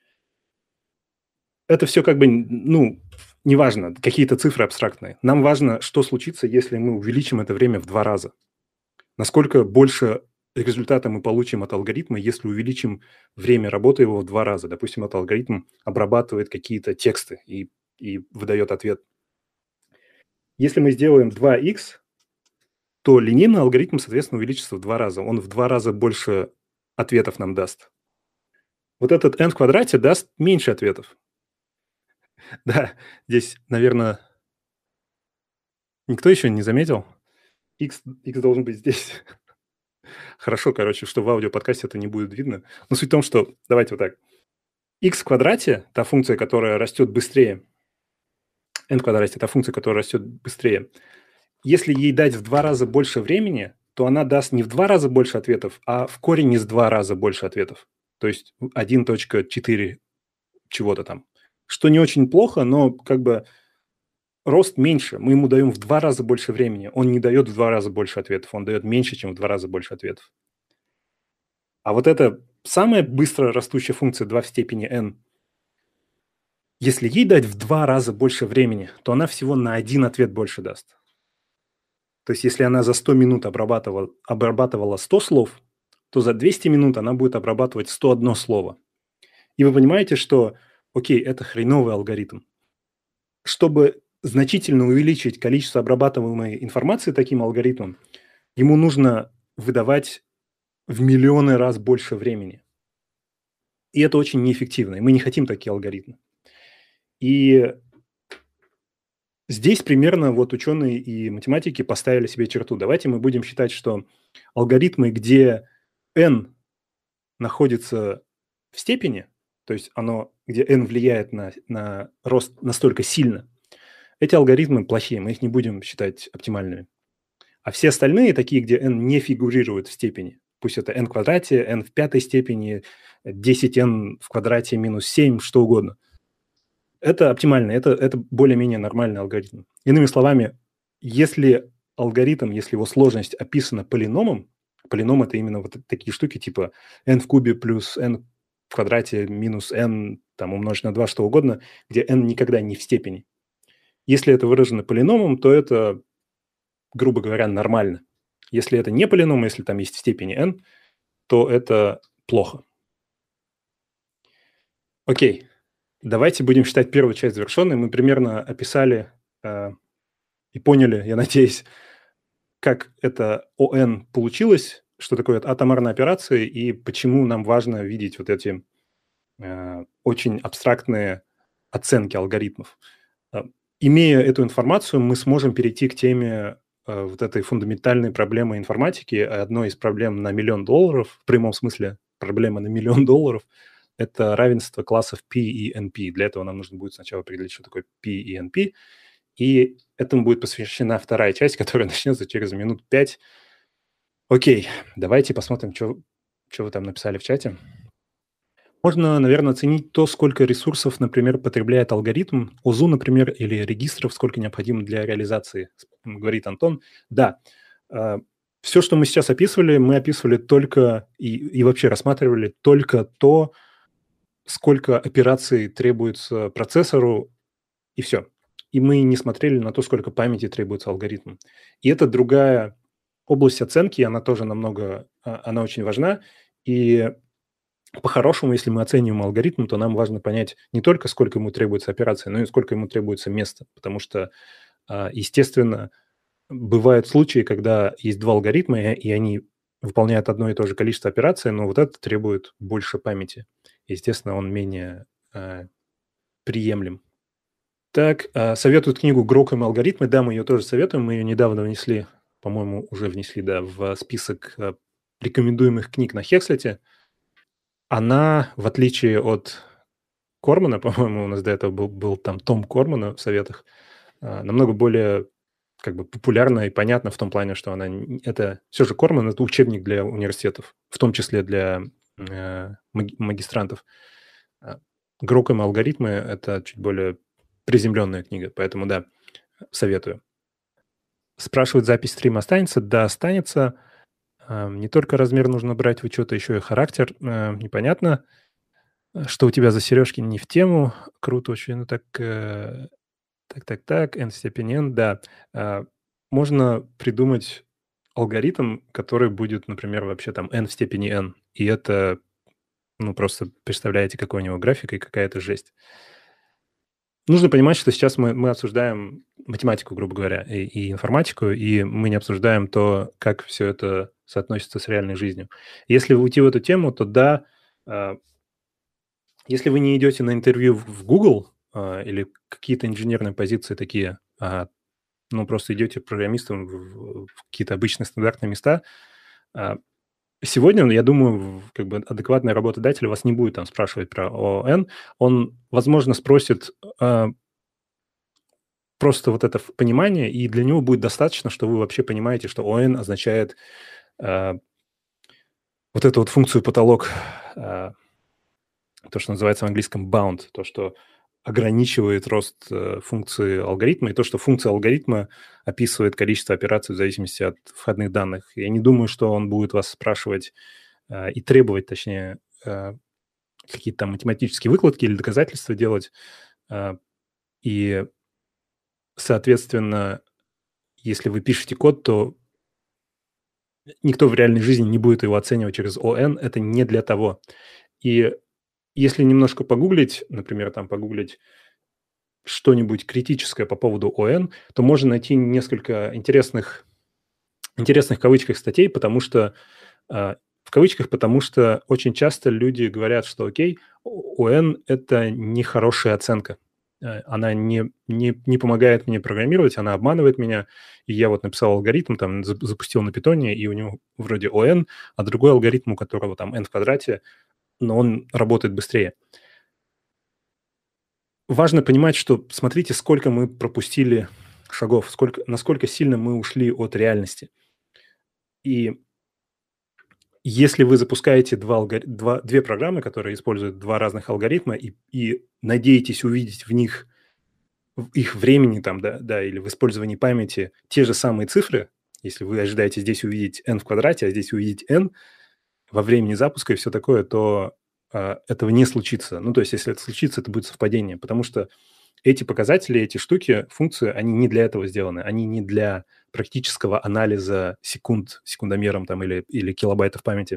Это все как бы, неважно, какие-то цифры абстрактные. Нам важно, что случится, если мы увеличим это время в 2 раза. Насколько больше результата мы получим от алгоритма, если увеличим время работы его в 2 раза. Допустим, этот алгоритм обрабатывает какие-то тексты и выдает ответ. Если мы сделаем 2х, то линейный алгоритм, соответственно, увеличится в 2 раза. Он в 2 раза больше ответов нам даст. Вот этот n в квадрате даст меньше ответов. Да, здесь, наверное, никто еще не заметил. X должен быть здесь. Хорошо, короче, что в аудиоподкасте это не будет видно. Но суть в том, что... Давайте вот так. X в квадрате, та функция, которая растет быстрее, n в квадрате, та функция, которая растет быстрее, если ей дать в 2 раза больше времени, то она даст не в 2 раза больше ответов, а в корень из 2 раза больше ответов. То есть 1.4 чего-то там. Что не очень плохо, но как бы рост меньше. Мы ему даем в 2 раза больше времени. Он не дает в 2 раза больше ответов. Он дает меньше, чем в 2 раза больше ответов. А вот эта самая быстро растущая функция 2 в степени n, если ей дать в 2 раза больше времени, то она всего на 1 ответ больше даст. То есть если она за 100 минут обрабатывала 100 слов, то за 200 минут она будет обрабатывать 101 слово. И вы понимаете, что, окей, это хреновый алгоритм. Чтобы значительно увеличить количество обрабатываемой информации таким алгоритмом, ему нужно выдавать в миллионы раз больше времени. И это очень неэффективно, и мы не хотим такие алгоритмы. И здесь примерно вот ученые и математики поставили себе черту. Давайте мы будем считать, что алгоритмы, где n находится в степени, то есть где n влияет на рост настолько сильно, эти алгоритмы плохие, мы их не будем считать оптимальными. А все остальные, такие, где n не фигурирует в степени, пусть это n в квадрате, n в пятой степени, 10n в квадрате минус 7, что угодно, это оптимально, это более-менее нормальный алгоритм. Иными словами, если алгоритм, если его сложность описана полиномом, полином – это именно вот такие штуки типа n в кубе плюс n в квадрате минус n там, умножить на 2, что угодно, где n никогда не в степени. Если это выражено полиномом, то это, грубо говоря, нормально. Если это не полином, если там есть в степени n, то это плохо. Окей. Давайте будем считать первую часть завершенной. Мы примерно описали и поняли, я надеюсь, как это ОН получилось, что такое атомарные операции и почему нам важно видеть вот эти очень абстрактные оценки алгоритмов. А, Имея эту информацию, мы сможем перейти к теме вот этой фундаментальной проблемы информатики. Одной из проблем на миллион долларов, в прямом смысле проблема на миллион долларов, это равенство классов P и NP. Для этого нам нужно будет сначала определить, что такое P и NP. И этому будет посвящена вторая часть, которая начнется через минут 5. Окей, давайте посмотрим, что вы там написали в чате. Можно, наверное, оценить то, сколько ресурсов, например, потребляет алгоритм, ОЗУ, например, или регистров, сколько необходимо для реализации, говорит Антон. Да, все, что мы сейчас описывали, мы описывали только и вообще рассматривали только то, сколько операций требуется процессору, и все. И мы не смотрели на то, сколько памяти требуется алгоритму. И это другая область оценки, она тоже она очень важна. И по-хорошему, если мы оцениваем алгоритм, то нам важно понять не только, сколько ему требуется операций, но и сколько ему требуется места. Потому что, естественно, бывают случаи, когда есть два алгоритма, и они выполняют одно и то же количество операций, но вот это требует больше памяти. Естественно, он менее приемлем. Так, советуют книгу «Гроком алгоритмы». Да, мы ее тоже советуем. Мы ее недавно внесли, по-моему, уже внесли, да, в список рекомендуемых книг на Хекслете. Она, в отличие от Кормана, по-моему, у нас до этого был там Том Кормана в советах, намного более как бы популярна и понятна в том плане, что это все же Корман – это учебник для университетов, в том числе для магистрантов. Гроком алгоритмы – это чуть более приземленная книга, поэтому да, советую. Спрашивают, запись стрима останется? Да, останется. Не только размер нужно брать в учет, а еще и характер. Непонятно. Что у тебя за сережки не в тему. Круто очень. Ну так, n в степени n, да. Можно придумать алгоритм, который будет, например, вообще там n в степени n. И это, ну, просто представляете, какой у него график и какая-то жесть. Нужно понимать, что сейчас мы обсуждаем математику, грубо говоря, и информатику, и мы не обсуждаем то, как все это соотносится с реальной жизнью. Если уйти в эту тему, то да, если вы не идете на интервью в Google или какие-то инженерные позиции такие, ну, просто идете программистом в какие-то обычные стандартные места, сегодня, я думаю, как бы адекватный работодатель вас не будет там спрашивать про ОН. Он, возможно, спросит просто вот это понимание, и для него будет достаточно, что вы вообще понимаете, что ОН означает вот эту вот функцию потолок, то, что называется в английском bound, то, что ограничивает рост функции алгоритма, и то, что функция алгоритма описывает количество операций в зависимости от входных данных. Я не думаю, что он будет вас спрашивать и требовать, точнее, какие-то там математические выкладки или доказательства делать. И, соответственно, если вы пишете код, то никто в реальной жизни не будет его оценивать через ОН. Это не для того. И если немножко погуглить, например, там погуглить что-нибудь критическое по поводу ОН, то можно найти несколько интересных в кавычках статей, потому что в кавычках, потому что очень часто люди говорят, что окей, ОН – это нехорошая оценка. Она не помогает мне программировать, она обманывает меня. И я вот написал алгоритм, там запустил на питоне, и у него вроде ОН, а другой алгоритм, у которого там n в квадрате, но он работает быстрее. Важно понимать, что смотрите, сколько мы пропустили шагов, насколько сильно мы ушли от реальности. И если вы запускаете две программы, которые используют два разных алгоритма, и надеетесь увидеть в них, в их времени там, да, или в использовании памяти те же самые цифры, если вы ожидаете здесь увидеть n в квадрате, а здесь увидеть n во времени запуска и все такое, то этого не случится. Ну, то есть, если это случится, это будет совпадение, потому что эти показатели, эти штуки, функции, они не для этого сделаны. Они не для практического анализа секундомером там, или килобайтов памяти.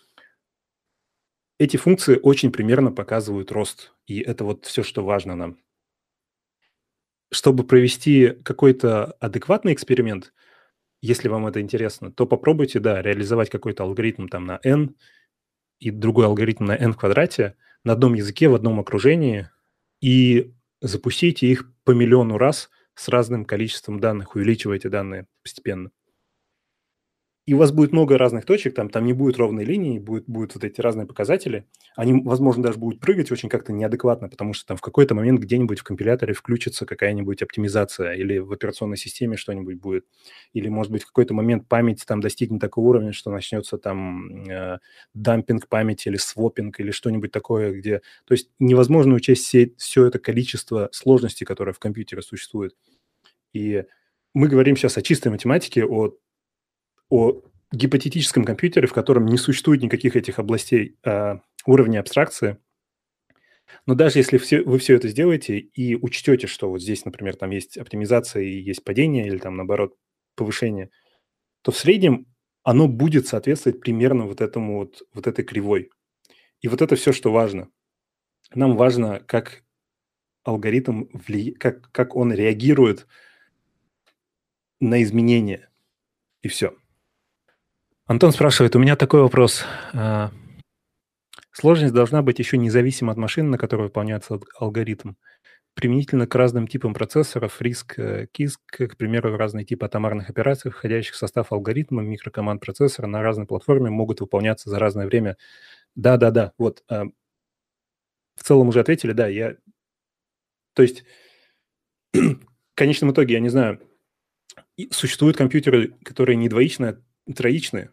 Эти функции очень примерно показывают рост. И это вот все, что важно нам. Чтобы провести какой-то адекватный эксперимент, если вам это интересно, то попробуйте, да, реализовать какой-то алгоритм там на n и другой алгоритм на n в квадрате на одном языке, в одном окружении, и запустите их по миллиону раз с разным количеством данных, увеличивайте данные постепенно. И у вас будет много разных точек, там не будет ровной линии, будут вот эти разные показатели. Они, возможно, даже будут прыгать очень как-то неадекватно, потому что там в какой-то момент где-нибудь в компиляторе включится какая-нибудь оптимизация или в операционной системе что-нибудь будет. Или, может быть, в какой-то момент память там достигнет такого уровня, что начнется там дампинг памяти или свопинг или что-нибудь такое, где... То есть невозможно учесть все это количество сложностей, которое в компьютере существует. И мы говорим сейчас о чистой математике, о гипотетическом компьютере, в котором не существует никаких этих областей уровня абстракции. Но даже если вы все это сделаете и учтете, что вот здесь, например, там есть оптимизация и есть падение, или там, наоборот, повышение, то в среднем оно будет соответствовать примерно вот этой кривой. И вот это все, что важно. Нам важно, как алгоритм, как он реагирует на изменения. И все. Антон спрашивает, у меня такой вопрос. Сложность должна быть еще независима от машины, на которой выполняется алгоритм. Применительно к разным типам процессоров, риск, киск, к примеру, разные типы атомарных операций, входящих в состав алгоритма, микрокоманд процессора на разной платформе могут выполняться за разное время. Да. Вот в целом уже ответили, да. То есть в конечном итоге, я не знаю, существуют компьютеры, которые не двоичные, а троичные.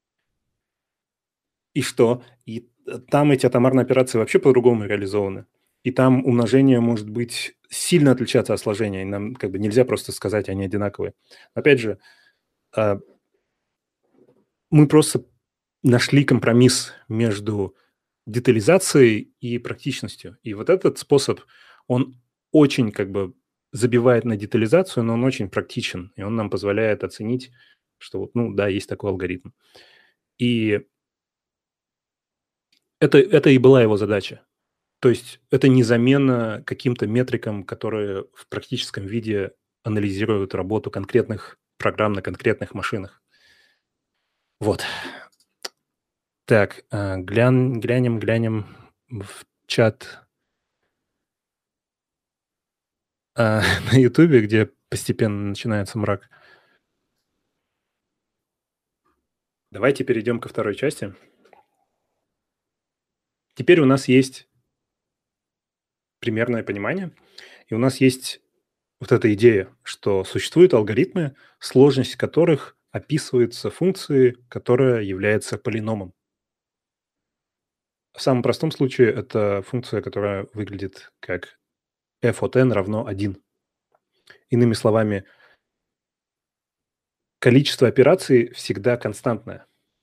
И что? И там эти атомарные операции вообще по-другому реализованы. И там умножение может быть сильно отличаться от сложения. И нам как бы нельзя просто сказать, они одинаковые. Опять же, мы просто нашли компромисс между детализацией и практичностью. И вот этот способ, он очень как бы забивает на детализацию, но он очень практичен. И он нам позволяет оценить, что вот, ну да, есть такой алгоритм. И это и была его задача. То есть это не замена каким-то метрикам, которые в практическом виде анализируют работу конкретных программ на конкретных машинах. Вот. Так, глянем в чат на Ютубе, где постепенно начинается мрак. Давайте перейдем ко второй части. Теперь у нас есть примерное понимание, и у нас есть вот эта идея, что существуют алгоритмы, сложность которых описывается функцией, которая является полиномом. В самом простом случае это функция, которая выглядит как f от n равно 1. Иными словами, количество операций всегда константное.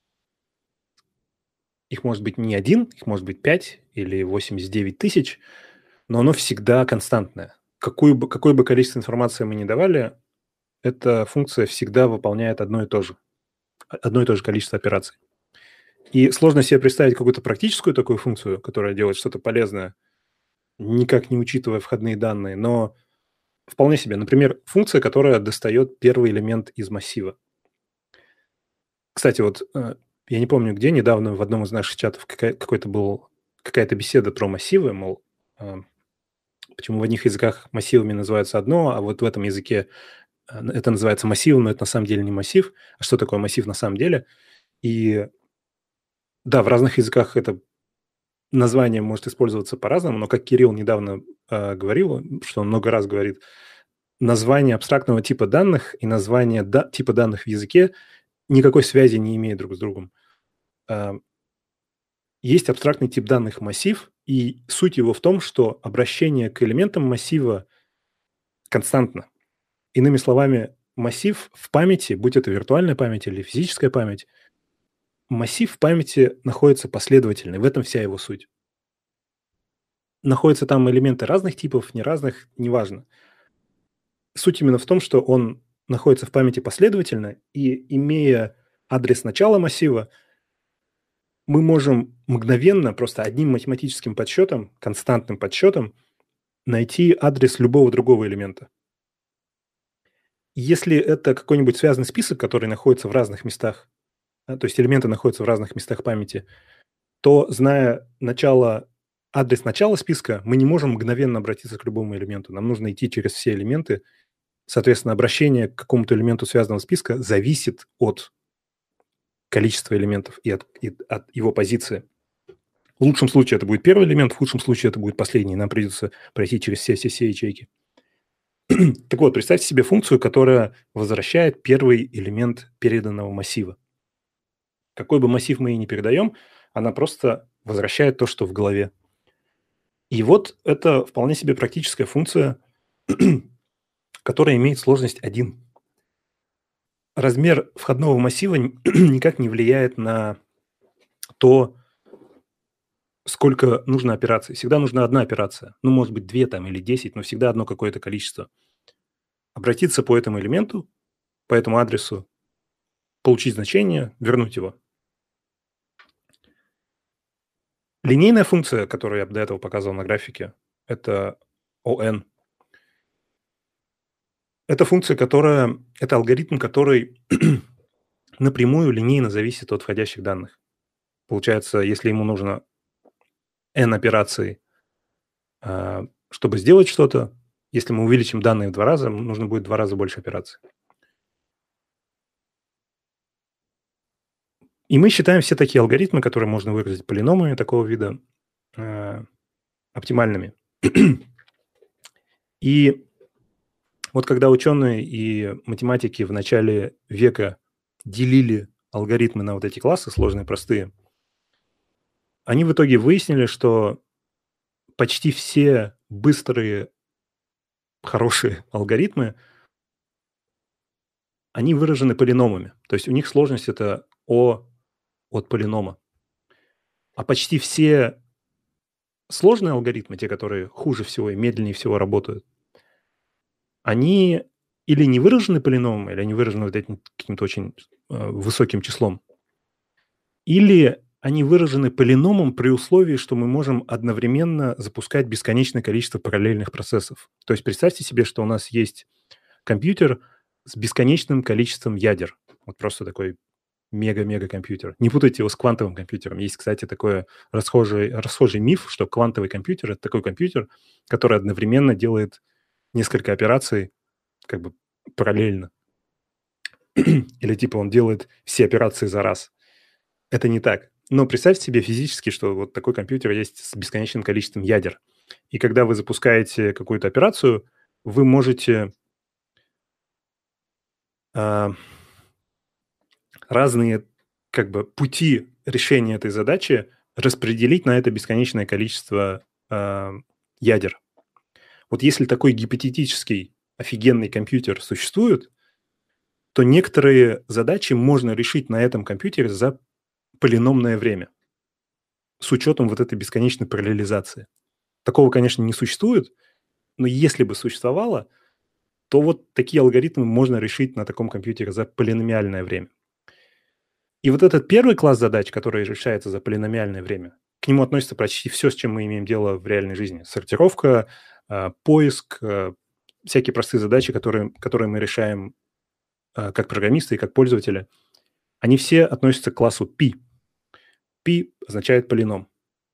Их может быть не 1, их может быть 5 или 89 тысяч, но оно всегда константное. Какое бы количество информации мы ни давали, эта функция всегда выполняет одно и то же количество операций. И сложно себе представить какую-то практическую такую функцию, которая делает что-то полезное, никак не учитывая входные данные, но вполне себе. Например, функция, которая достает первый элемент из массива. Кстати, вот я не помню где, недавно в одном из наших чатов какая-то беседа про массивы, мол, почему в одних языках массивами называются одно, а вот в этом языке это называется массивом, но это на самом деле не массив. А что такое массив на самом деле? И да, в разных языках это название может использоваться по-разному, но как Кирилл недавно говорил, что он много раз говорит, название абстрактного типа данных и название типа данных в языке никакой связи не имеют друг с другом. Есть абстрактный тип данных массив, и суть его в том, что обращение к элементам массива константно. Иными словами, массив в памяти, будь это виртуальная память или физическая память, массив в памяти находится последовательный, в этом вся его суть. Находятся там элементы разных типов, не разных, неважно. Суть именно в том, что он находится в памяти последовательно, и имея адрес начала массива, мы можем мгновенно, просто одним математическим подсчетом, константным подсчетом, найти адрес любого другого элемента. Если это какой-нибудь связанный список, который находится в разных местах, то есть элементы находятся в разных местах памяти, то, зная адрес начала списка, мы не можем мгновенно обратиться к любому элементу. Нам нужно идти через все элементы. Соответственно, обращение к какому-то элементу связанного списка зависит от количества элементов и от его позиции. В лучшем случае это будет первый элемент, в худшем случае это будет последний. Нам придется пройти через все ячейки. Так вот, представьте себе функцию, которая возвращает первый элемент переданного массива. Какой бы массив мы ей не передаем, она просто возвращает то, что в голове. И вот это вполне себе практическая функция, которая имеет сложность 1. Размер входного массива никак не влияет на то, сколько нужно операций. Всегда нужна одна операция. Ну, может быть, 2 там или 10, но всегда одно какое-то количество. Обратиться по этому элементу, по этому адресу, получить значение, вернуть его. Линейная функция, которую я до этого показывал на графике, это ON. Это функция, это алгоритм, который напрямую линейно зависит от входящих данных. Получается, если ему нужно n операций, чтобы сделать что-то, если мы увеличим данные в 2 раза, нужно будет в 2 раза больше операций. И мы считаем все такие алгоритмы, которые можно выразить полиномами такого вида, оптимальными. И вот когда ученые и математики в начале века делили алгоритмы на вот эти классы, сложные, простые, они в итоге выяснили, что почти все быстрые, хорошие алгоритмы, они выражены полиномами. То есть у них сложность – это O от полинома. А почти все сложные алгоритмы, те, которые хуже всего и медленнее всего работают, они или не выражены полиномом, или они выражены вот этим каким-то очень высоким числом, или они выражены полиномом при условии, что мы можем одновременно запускать бесконечное количество параллельных процессов. То есть представьте себе, что у нас есть компьютер с бесконечным количеством ядер. Вот просто такой мега-мега компьютер. Не путайте его с квантовым компьютером. Есть, кстати, такой расхожий миф, что квантовый компьютер – это такой компьютер, который одновременно делает несколько операций как бы параллельно. Или типа он делает все операции за раз. Это не так. Но представьте себе физически, что вот такой компьютер есть с бесконечным количеством ядер. И когда вы запускаете какую-то операцию, вы можете разные как бы пути решения этой задачи распределить на это бесконечное количество ядер. Вот если такой гипотетический офигенный компьютер существует, то некоторые задачи можно решить на этом компьютере за полиномное время с учетом вот этой бесконечной параллелизации. Такого, конечно, не существует, но если бы существовало, то вот такие алгоритмы можно решить на таком компьютере за полиномиальное время. И вот этот первый класс задач, который решается за полиномиальное время, к нему относится почти все, с чем мы имеем дело в реальной жизни. Сортировка, поиск, всякие простые задачи, которые мы решаем как программисты и как пользователи, они все относятся к классу π. π означает полином.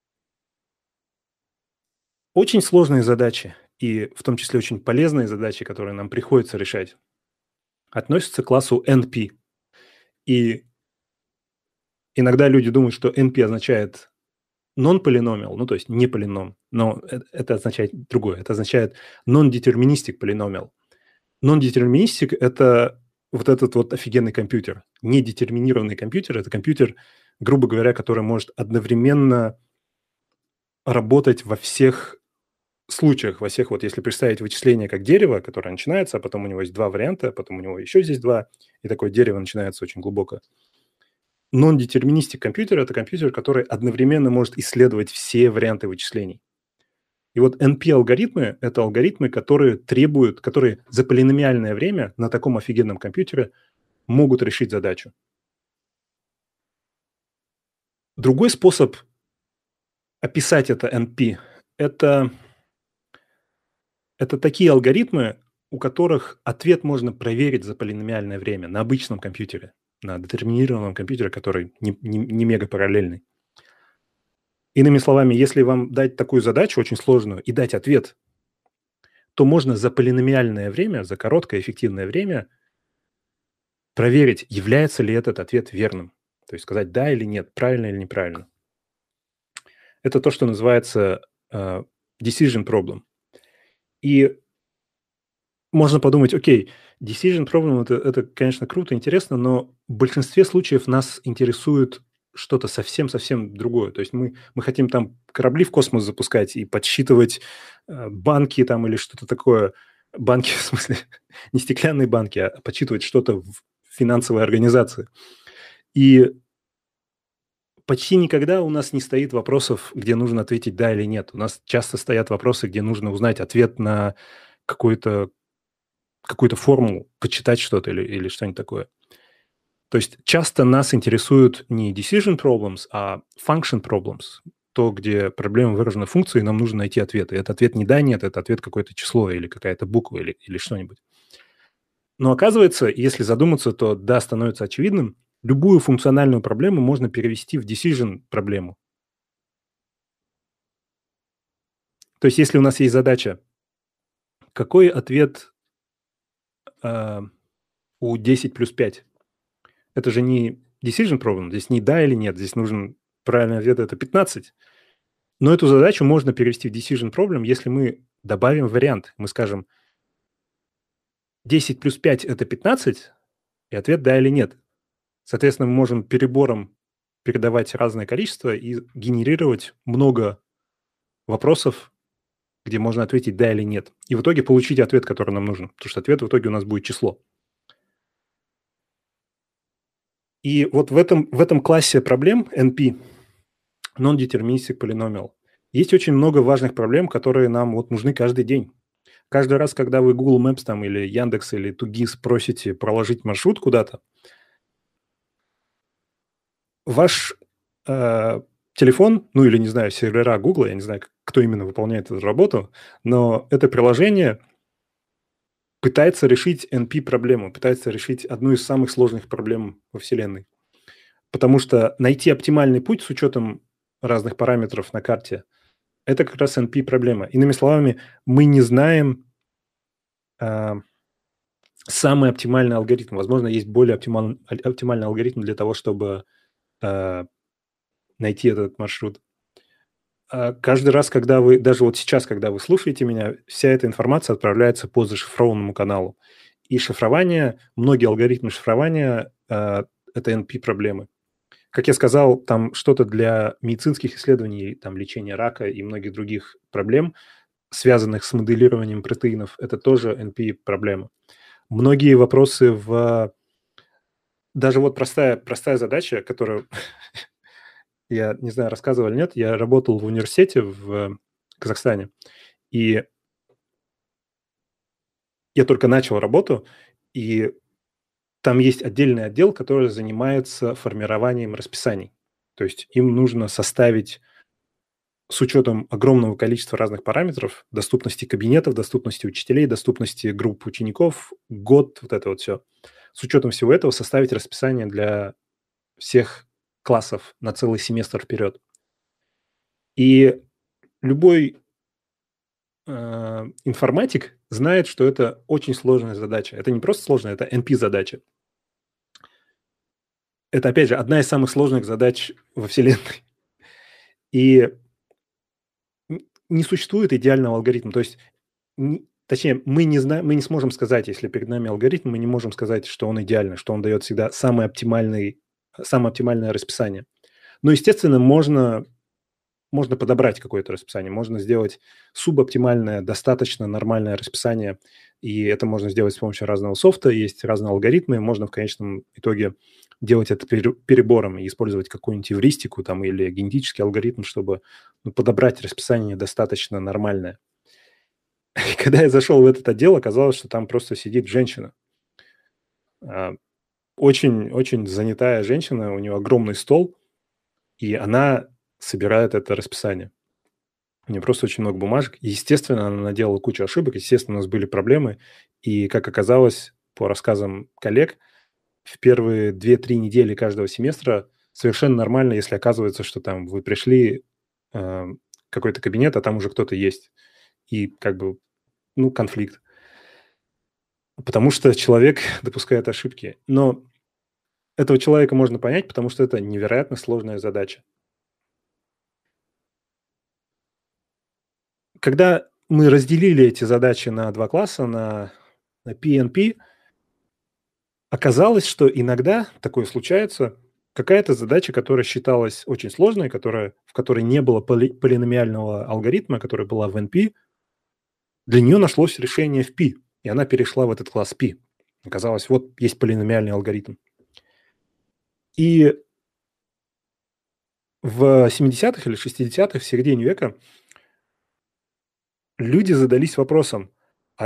Очень сложные задачи, и в том числе очень полезные задачи, которые нам приходится решать, относятся к классу NP. И иногда люди думают, что NP означает non-polynomial, ну, то есть не полином, но это означает другое. Это означает non-deterministic polynomial. Non-deterministic – это вот этот вот офигенный компьютер. Недетерминированный компьютер – это компьютер, грубо говоря, который может одновременно работать во всех случаях, во всех, вот если представить вычисление как дерево, которое начинается, а потом у него есть 2 варианта, а потом у него еще здесь 2, и такое дерево начинается очень глубоко. Non-deterministic компьютер – это компьютер, который одновременно может исследовать все варианты вычислений. И вот NP-алгоритмы – это алгоритмы, которые за полиномиальное время на таком офигенном компьютере могут решить задачу. Другой способ описать это NP – это такие алгоритмы, у которых ответ можно проверить за полиномиальное время на обычном компьютере, на детерминированном компьютере, который не мегапараллельный. Иными словами, если вам дать такую задачу очень сложную и дать ответ, то можно за полиномиальное время, за короткое эффективное время проверить, является ли этот ответ верным. То есть сказать да или нет, правильно или неправильно. Это то, что называется decision problem. И можно подумать, окей, decision problem это, конечно, круто, интересно, но в большинстве случаев нас интересует что-то совсем-совсем другое. То есть мы хотим там корабли в космос запускать и подсчитывать банки там или что-то такое. Банки, в смысле, не стеклянные банки, а подсчитывать что-то в финансовой организации. И почти никогда у нас не стоит вопросов, где нужно ответить да или нет. У нас часто стоят вопросы, где нужно узнать ответ на какую-то формулу, почитать что-то или что-нибудь такое. То есть часто нас интересуют не decision problems, а function problems. То, где проблема выражена функцией, нам нужно найти ответ. И этот ответ не да, нет, это ответ какое-то число или какая-то буква или что-нибудь. Но оказывается, если задуматься, то да, становится очевидным, любую функциональную проблему можно перевести в decision проблему. То есть если у нас есть задача, какой ответ у 10 плюс 5? Это же не decision problem, здесь не да или нет, здесь нужен правильный ответ – это 15. Но эту задачу можно перевести в decision problem, если мы добавим вариант. Мы скажем 10 плюс 5 – это 15, и ответ да или нет. Соответственно, мы можем перебором передавать разное количество и генерировать много вопросов, где можно ответить да или нет. И в итоге получить ответ, который нам нужен. Потому что ответ в итоге у нас будет число. И вот в этом классе проблем NP, Non-Deterministic Polynomial, есть очень много важных проблем, которые нам вот нужны каждый день. Каждый раз, когда вы Google Maps там, или Яндекс или Тугис просите проложить маршрут куда-то, ваш телефон, ну или, не знаю, сервера Google, я не знаю, кто именно выполняет эту работу, но это приложение пытается решить NP-проблему, пытается решить одну из самых сложных проблем во Вселенной. Потому что найти оптимальный путь с учетом разных параметров на карте – это как раз NP-проблема. Иными словами, мы не знаем самый оптимальный алгоритм. Возможно, есть более оптимальный алгоритм для того, чтобы найти этот маршрут. Каждый раз, когда вы, даже вот сейчас, когда вы слушаете меня, вся эта информация отправляется по зашифрованному каналу. И шифрование, многие алгоритмы шифрования это NP-проблемы. Как я сказал, там что-то для медицинских исследований, там лечения рака и многих других проблем, связанных с моделированием протеинов, это тоже NP-проблема. Многие вопросы даже вот простая задача, которую я не знаю, рассказывал или нет, я работал в университете в Казахстане, и я только начал работу, и там есть отдельный отдел, который занимается формированием расписаний. То есть им нужно составить с учетом огромного количества разных параметров, доступности кабинетов, доступности учителей, доступности групп учеников, год, вот это вот все. С учетом всего этого составить расписание для всех классов на целый семестр вперед. И любой информатик знает, что это очень сложная задача. Это не просто сложная, это NP-задача. Это, опять же, одна из самых сложных задач во Вселенной. И не существует идеального алгоритма. То есть, точнее, мы не сможем сказать, если перед нами алгоритм, мы не можем сказать, что он идеальный, что он дает всегда самое оптимальное расписание. Но, естественно, можно подобрать какое-то расписание, можно сделать субоптимальное, достаточно нормальное расписание, и это можно сделать с помощью разного софта, есть разные алгоритмы, можно в конечном итоге делать это перебором и использовать какую-нибудь эвристику там, или генетический алгоритм, чтобы подобрать расписание достаточно нормальное. И когда я зашел в этот отдел, оказалось, что там просто сидит женщина. Очень занятая женщина, у нее огромный стол, и она собирает это расписание. у нее просто очень много бумажек. И, естественно, она наделала кучу ошибок, естественно, у нас были проблемы. И, как оказалось, по рассказам коллег, в первые 2-3 недели каждого семестра совершенно нормально, если оказывается, что там вы пришли в какой-то кабинет, а там уже кто-то есть. И как бы, конфликт. Потому что человек допускает ошибки. Но этого человека можно понять, потому что это невероятно сложная задача. Когда мы разделили эти задачи на 2 класса, на P и NP, оказалось, что иногда такое случается. Какая-то задача, которая считалась очень сложной, в которой не было полиномиального алгоритма, которая была в NP, для нее нашлось решение в P, и она перешла в этот класс P. Оказалось, вот есть полиномиальный алгоритм. И в 70-х или 60-х, в середине века, люди задались вопросом, а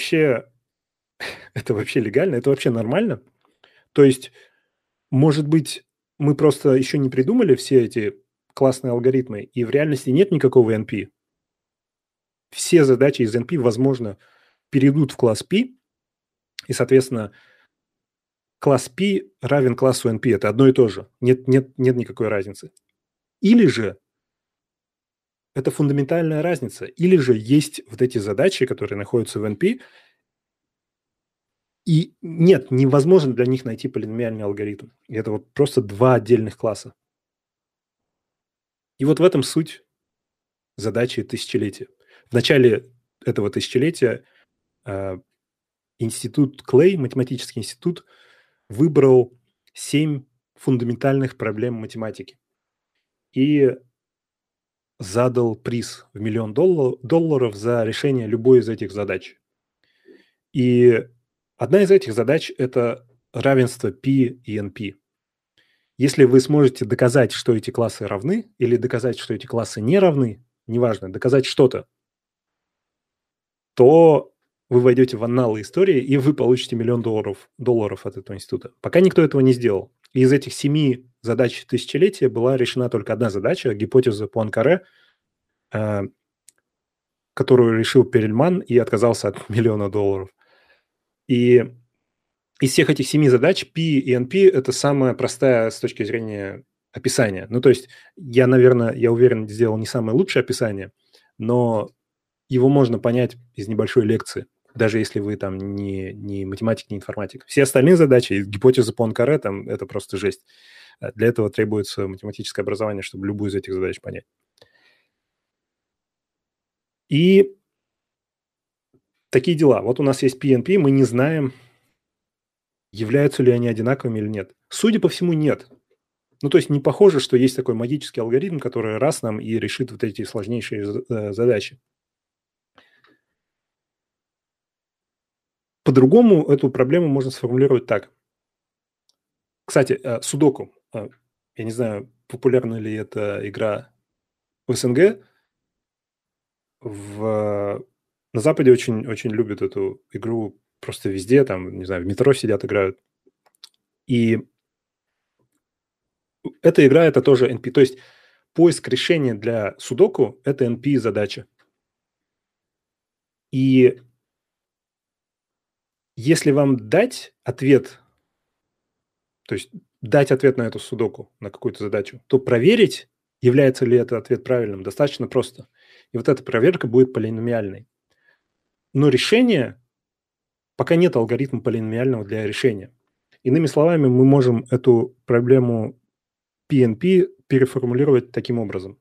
это вообще легально, это вообще нормально? То есть, может быть, мы просто еще не придумали все эти классные алгоритмы, и в реальности нет никакого NP. Все задачи из NP, возможно, перейдут в класс P, и, соответственно, класс P равен классу NP. Это одно и то же. Нет никакой разницы. Или же это фундаментальная разница. Или же есть вот эти задачи, которые находятся в NP, и нет, невозможно для них найти полиномиальный алгоритм. И это вот просто 2 отдельных класса. И вот в этом суть задачи тысячелетия. В начале этого тысячелетия институт Клей, математический институт, выбрал 7 фундаментальных проблем математики и задал приз в $1 миллион за решение любой из этих задач. И одна из этих задач – это равенство P и NP. Если вы сможете доказать, что эти классы равны, или доказать, что эти классы не равны, неважно, доказать что-то, то вы войдете в анналы истории, и вы получите $1 миллион от этого института. Пока никто этого не сделал. И из этих 7 задач тысячелетия была решена только одна задача – гипотеза Пуанкаре, которую решил Перельман и отказался от $1 миллиона. И из всех этих 7 задач P и NP – это самая простая с точки зрения описания. То есть я уверен, сделал не самое лучшее описание, но его можно понять из небольшой лекции, даже если вы там не математик, не информатик. Все остальные задачи, гипотеза Пуанкаре, там это просто жесть. Для этого требуется математическое образование, чтобы любую из этих задач понять. И такие дела. Вот у нас есть P и NP, мы не знаем, являются ли они одинаковыми или нет. Судя по всему, нет. То есть не похоже, что есть такой магический алгоритм, который раз нам и решит вот эти сложнейшие задачи. По-другому эту проблему можно сформулировать так. Кстати, судоку. Я не знаю, популярна ли эта игра в СНГ. На Западе очень, очень любят эту игру просто везде, там, не знаю, в метро сидят, играют. И эта игра – это тоже NP. То есть поиск решения для судоку – это NP-задача. И если вам дать ответ, то есть дать ответ на эту судоку, на какую-то задачу, то проверить, является ли этот ответ правильным, достаточно просто. И вот эта проверка будет полиномиальной. Но решение, пока нет алгоритма полиномиального для решения. Иными словами, мы можем эту проблему PNP переформулировать таким образом.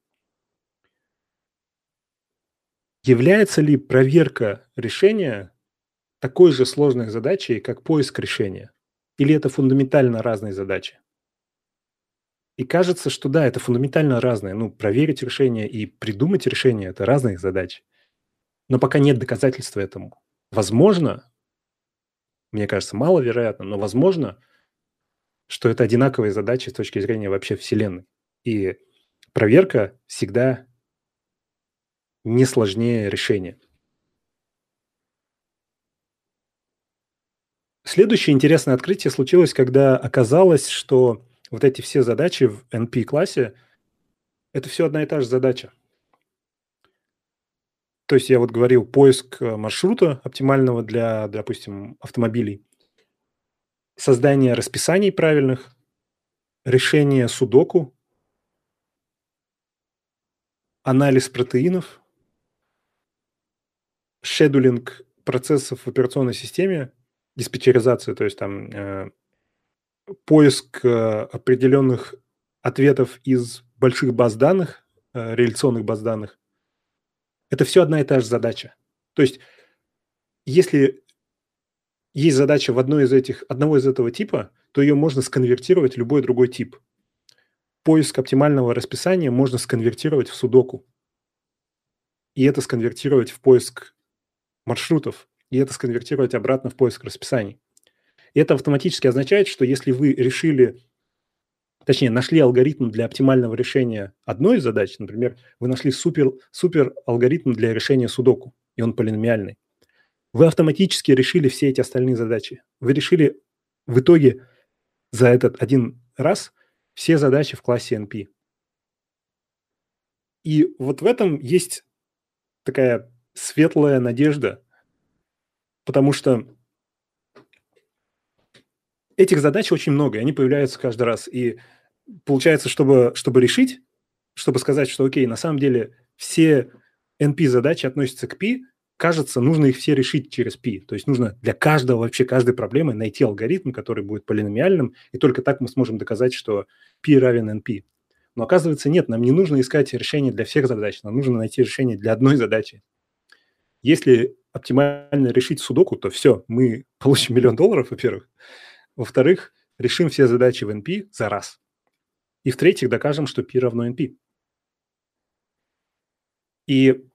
Является ли проверка решения такой же сложной задачей, как поиск решения? Или это фундаментально разные задачи? И кажется, что да, это фундаментально разные. Проверить решение и придумать решение – это разные задачи. Но пока нет доказательства этому. Возможно, мне кажется, маловероятно, но возможно, что это одинаковые задачи с точки зрения вообще Вселенной. И проверка всегда не сложнее решения. Следующее интересное открытие случилось, когда оказалось, что вот эти все задачи в NP-классе – это все одна и та же задача. То есть я вот говорил, поиск маршрута оптимального для, допустим, автомобилей, создание расписаний правильных, решение судоку, анализ протеинов, шедулинг процессов в операционной системе, диспетчеризация, то есть там поиск определенных ответов из больших баз данных, реляционных баз данных. Это все одна и та же задача. То есть если есть задача в одного из этого типа, то ее можно сконвертировать в любой другой тип. Поиск оптимального расписания можно сконвертировать в судоку. И это сконвертировать в поиск маршрутов. И это сконвертировать обратно в поиск расписаний. И это автоматически означает, что если вы нашли алгоритм для оптимального решения одной из задач, например, вы нашли супер алгоритм для решения судоку, и он полиномиальный, вы автоматически решили все эти остальные задачи. Вы решили в итоге за этот один раз все задачи в классе NP. И вот в этом есть такая светлая надежда, потому что этих задач очень много, и они появляются каждый раз. И получается, чтобы решить, чтобы сказать, что окей, на самом деле все NP-задачи относятся к P, кажется, нужно их все решить через P. То есть нужно для каждой проблемы найти алгоритм, который будет полиномиальным, и только так мы сможем доказать, что P равен NP. Но оказывается, нет, нам не нужно искать решение для всех задач, нам нужно найти решение для одной задачи. Если оптимально решить судоку, то все, мы получим $1 миллион, во-первых. Во-вторых, решим все задачи в NP за раз. И в-третьих, докажем, что P равно NP. И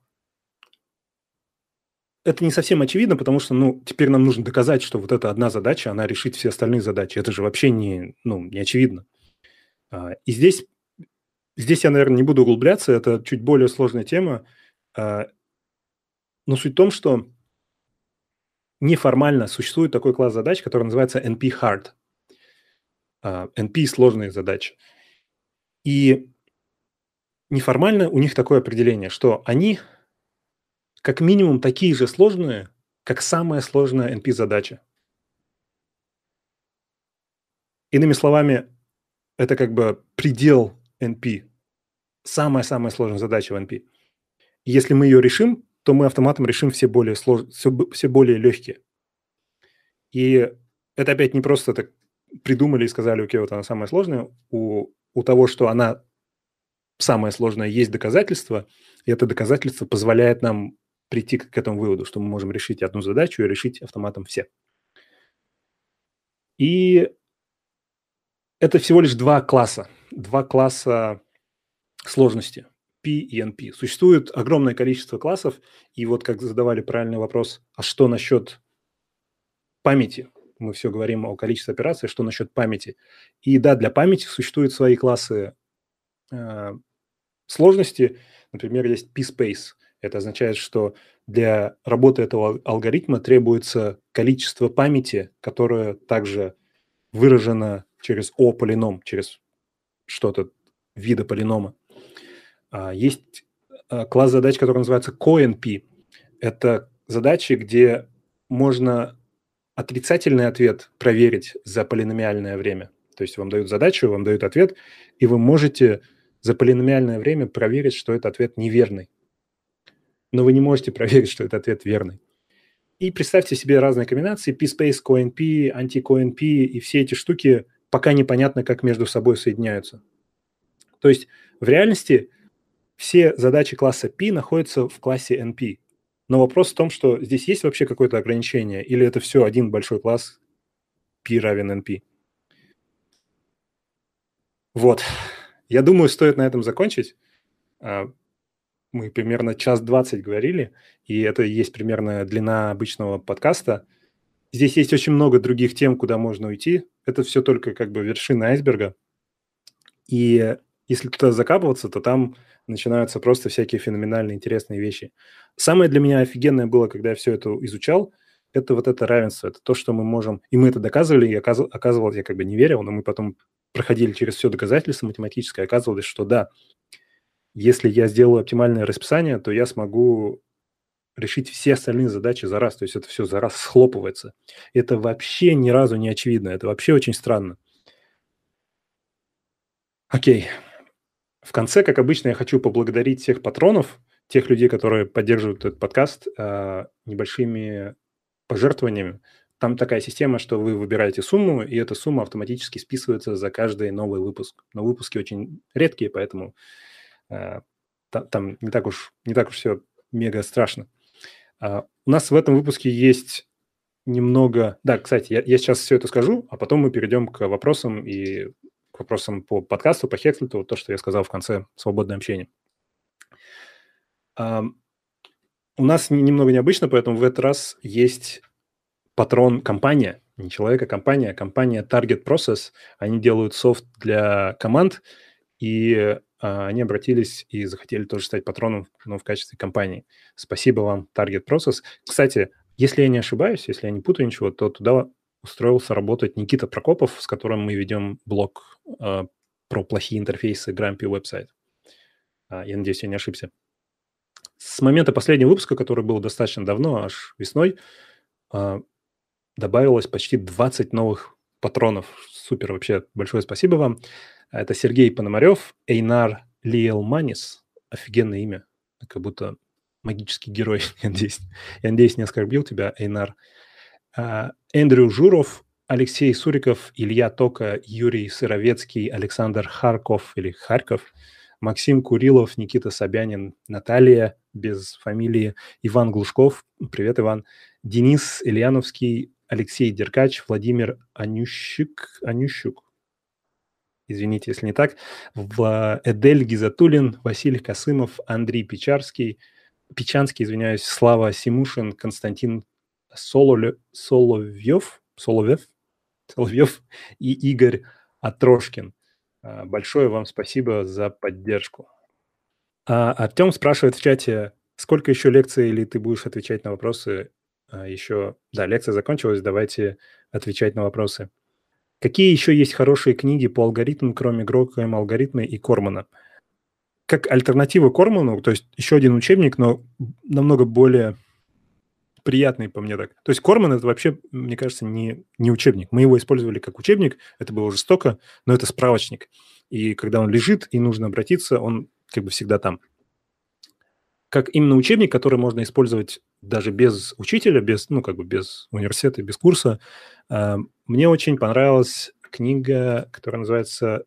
это не совсем очевидно, потому что, теперь нам нужно доказать, что вот эта одна задача, она решит все остальные задачи. Это же вообще не очевидно. И здесь я, наверное, не буду углубляться, это чуть более сложная тема. Но суть в том, что неформально существует такой класс задач, который называется NP-hard. NP – сложные задачи. И неформально у них такое определение, что они как минимум такие же сложные, как самая сложная NP-задача. Иными словами, это как бы предел NP. Самая-самая сложная задача в NP. И если мы ее решим, то мы автоматом решим все более легкие. И это опять не просто так придумали и сказали, окей, вот она самая сложная. У того, что она самая сложная, есть доказательство, и это доказательство позволяет нам прийти к этому выводу, что мы можем решить одну задачу и решить автоматом все. И это всего лишь два класса сложности, P и NP. Существует огромное количество классов, и вот как задавали правильный вопрос, а что насчет памяти? Мы все говорим о количестве операций, что насчет памяти? И да, для памяти существуют свои классы сложности. Например, есть P-space. Это означает, что для работы этого алгоритма требуется количество памяти, которое также выражено через O-полином, через что-то вида полинома. Есть класс задач, который называется CoNP. Это задачи, где можно отрицательный ответ проверить за полиномиальное время. То есть вам дают задачу, вам дают ответ, и вы можете за полиномиальное время проверить, что этот ответ неверный. Но вы не можете проверить, что этот ответ верный. И представьте себе разные комбинации P-space, CoNP, anti-CoNP, и все эти штуки пока непонятно, как между собой соединяются. То есть в реальности все задачи класса P находятся в классе NP. Но вопрос в том, что здесь есть вообще какое-то ограничение, или это все один большой класс P равен NP? Вот. Я думаю, стоит на этом закончить. Мы примерно 1:20 говорили, и это и есть примерно длина обычного подкаста. Здесь есть очень много других тем, куда можно уйти. Это все только как бы вершина айсберга. И если туда закапываться, то там начинаются просто всякие феноменальные интересные вещи. Самое для меня офигенное было, когда я все это изучал, это вот это равенство. Это то, что мы можем... И мы это доказывали, и оказывалось, я как бы не верил, но мы потом проходили через все доказательство математическое, оказывалось, что да, если я сделаю оптимальное расписание, то я смогу решить все остальные задачи за раз. То есть это все за раз схлопывается. Это вообще ни разу не очевидно. Это вообще очень странно. Окей. В конце, как обычно, я хочу поблагодарить всех патронов, тех людей, которые поддерживают этот подкаст небольшими пожертвованиями. Там такая система, что вы выбираете сумму, и эта сумма автоматически списывается за каждый новый выпуск. Но выпуски очень редкие, поэтому там не так уж все мега страшно. У нас в этом выпуске есть немного... Да, кстати, я сейчас все это скажу, а потом мы перейдем к вопросам по подкасту, по Хекслету, вот то, что я сказал в конце, свободное общение. У нас немного необычно, поэтому в этот раз есть патрон-компания, не человек, а компания Target Process. Они делают софт для команд, и они обратились и захотели тоже стать патроном, но в качестве компании. Спасибо вам, Target Process. Кстати, если я не ошибаюсь, если я не путаю ничего, то туда устроился работать Никита Прокопов, с которым мы ведем блог про плохие интерфейсы Grumpy Website. Я надеюсь, я не ошибся. С момента последнего выпуска, который был достаточно давно, аж весной, добавилось почти 20 новых патронов. Супер, вообще большое спасибо вам. Это Сергей Пономарев, Эйнар Лиелманис. Офигенное имя, как будто магический герой. Я надеюсь, не оскорбил тебя, Эйнар. Эндрю Журов, Алексей Суриков, Илья Тока, Юрий Сыровецкий, Александр Харков или Харьков, Максим Курилов, Никита Собянин, Наталья, без фамилии, Иван Глушков, привет, Иван, Денис Ильяновский, Алексей Деркач, Владимир Анющук, извините, если не так, Эдель Гизатуллин, Василий Косымов, Андрей Печанский, Слава Симушин, Константин Соловьев и Игорь Атрошкин. Большое вам спасибо за поддержку. Артем спрашивает в чате, сколько еще лекций или ты будешь отвечать на вопросы еще? Да, лекция закончилась, давайте отвечать на вопросы. Какие еще есть хорошие книги по алгоритмам, кроме Грокхэм алгоритмы и Кормана? Как альтернатива Корману, то есть еще один учебник, но намного более приятный по мне так. То есть Корман – это вообще, мне кажется, не учебник. Мы его использовали как учебник, это было жестоко, но это справочник. И когда он лежит и нужно обратиться, он как бы всегда там. Как именно учебник, который можно использовать даже без учителя, без университета, без курса. Мне очень понравилась книга, которая называется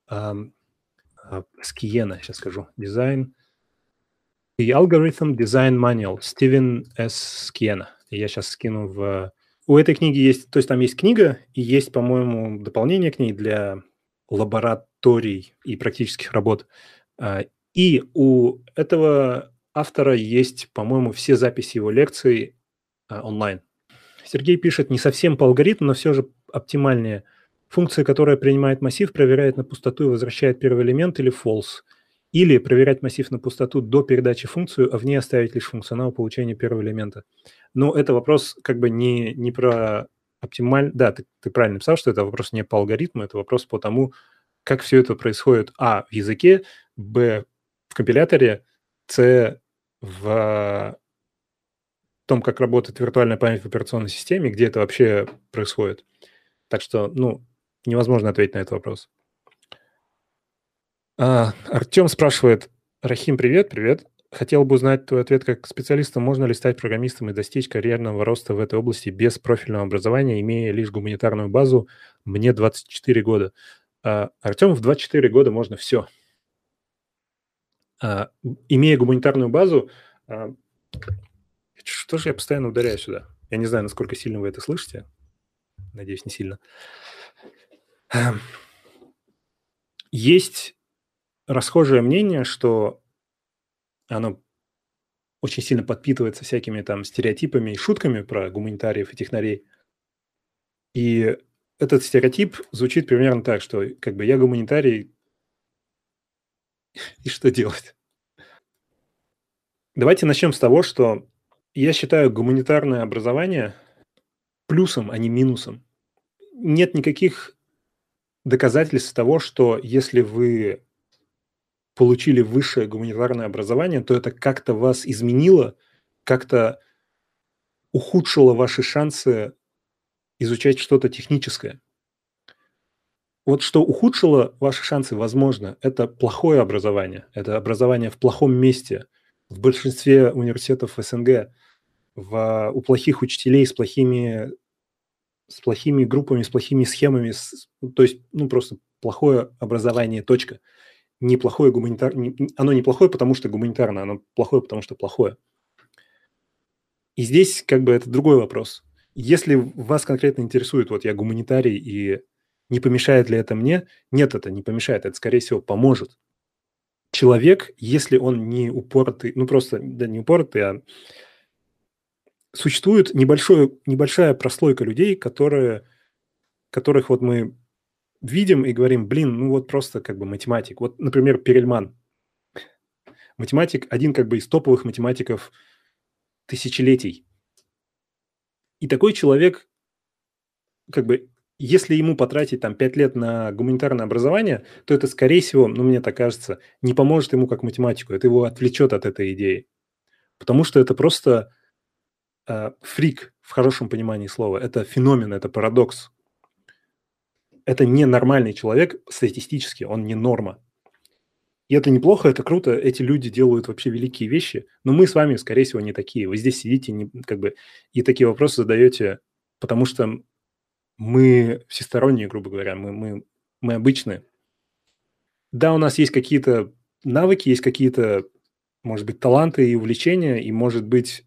Скиена, сейчас скажу, «Design». The Algorithm Design Manual, Стивен С. Скиена. Я сейчас скину в... У этой книги есть... То есть там есть книга, и есть, по-моему, дополнение к ней для лабораторий и практических работ. И у этого автора есть, по-моему, все записи его лекций онлайн. Сергей пишет, не совсем по алгоритму, но все же оптимальнее. Функция, которая принимает массив, проверяет на пустоту и возвращает первый элемент или false. Или проверять массив на пустоту до передачи функцию, а в ней оставить лишь функционал получения первого элемента. Но это вопрос как бы не про оптималь... Да, ты правильно написал, что это вопрос не по алгоритму, это вопрос по тому, как все это происходит, в языке, в компиляторе, в том, как работает виртуальная память в операционной системе, где это вообще происходит. Так что, невозможно ответить на этот вопрос. Артем спрашивает, Рахим, привет. Хотел бы узнать твой ответ как специалиста, можно ли стать программистом и достичь карьерного роста в этой области без профильного образования, имея лишь гуманитарную базу? Мне 24 года. Артем, в 24 года можно все. Имея гуманитарную базу... Что же я постоянно ударяю сюда? Я не знаю, насколько сильно вы это слышите. Надеюсь, не сильно. Есть расхожее мнение, что оно очень сильно подпитывается всякими там стереотипами и шутками про гуманитариев и технарей. И этот стереотип звучит примерно так, что как бы я гуманитарий, и что делать? Давайте начнем с того, что я считаю гуманитарное образование плюсом, а не минусом. Нет никаких доказательств того, что если вы получили высшее гуманитарное образование, то это как-то вас изменило как-то ухудшило ваши шансы изучать что-то техническое? Вот что ухудшило ваши шансы, возможно, это плохое образование. Это образование в плохом месте. В большинстве университетов СНГ у плохих учителей с плохими группами, с плохими схемами, то есть, просто плохое образование, точка. Неплохое оно неплохое, потому что гуманитарное, оно плохое, потому что плохое. И здесь как бы это другой вопрос. Если вас конкретно интересует, вот я гуманитарий, и не помешает ли это мне? Нет, это не помешает, это, скорее всего, поможет. Человек, если он не упоротый, просто, да, не упоротый, а существует небольшая прослойка людей, которых вот мы видим и говорим, блин, вот просто как бы математик. Вот, например, Перельман. Математик, один как бы из топовых математиков тысячелетий. И такой человек, как бы, если ему потратить там 5 лет на гуманитарное образование, то это, скорее всего, мне так кажется, не поможет ему как математику. Это его отвлечет от этой идеи. Потому что это просто фрик в хорошем понимании слова. Это феномен, это парадокс. Это не нормальный человек статистически, он не норма. И это неплохо, это круто, эти люди делают вообще великие вещи, но мы с вами, скорее всего, не такие. Вы здесь сидите и такие вопросы задаете, потому что мы всесторонние, грубо говоря, мы обычные. Да, у нас есть какие-то навыки, есть какие-то, может быть, таланты и увлечения, и, может быть,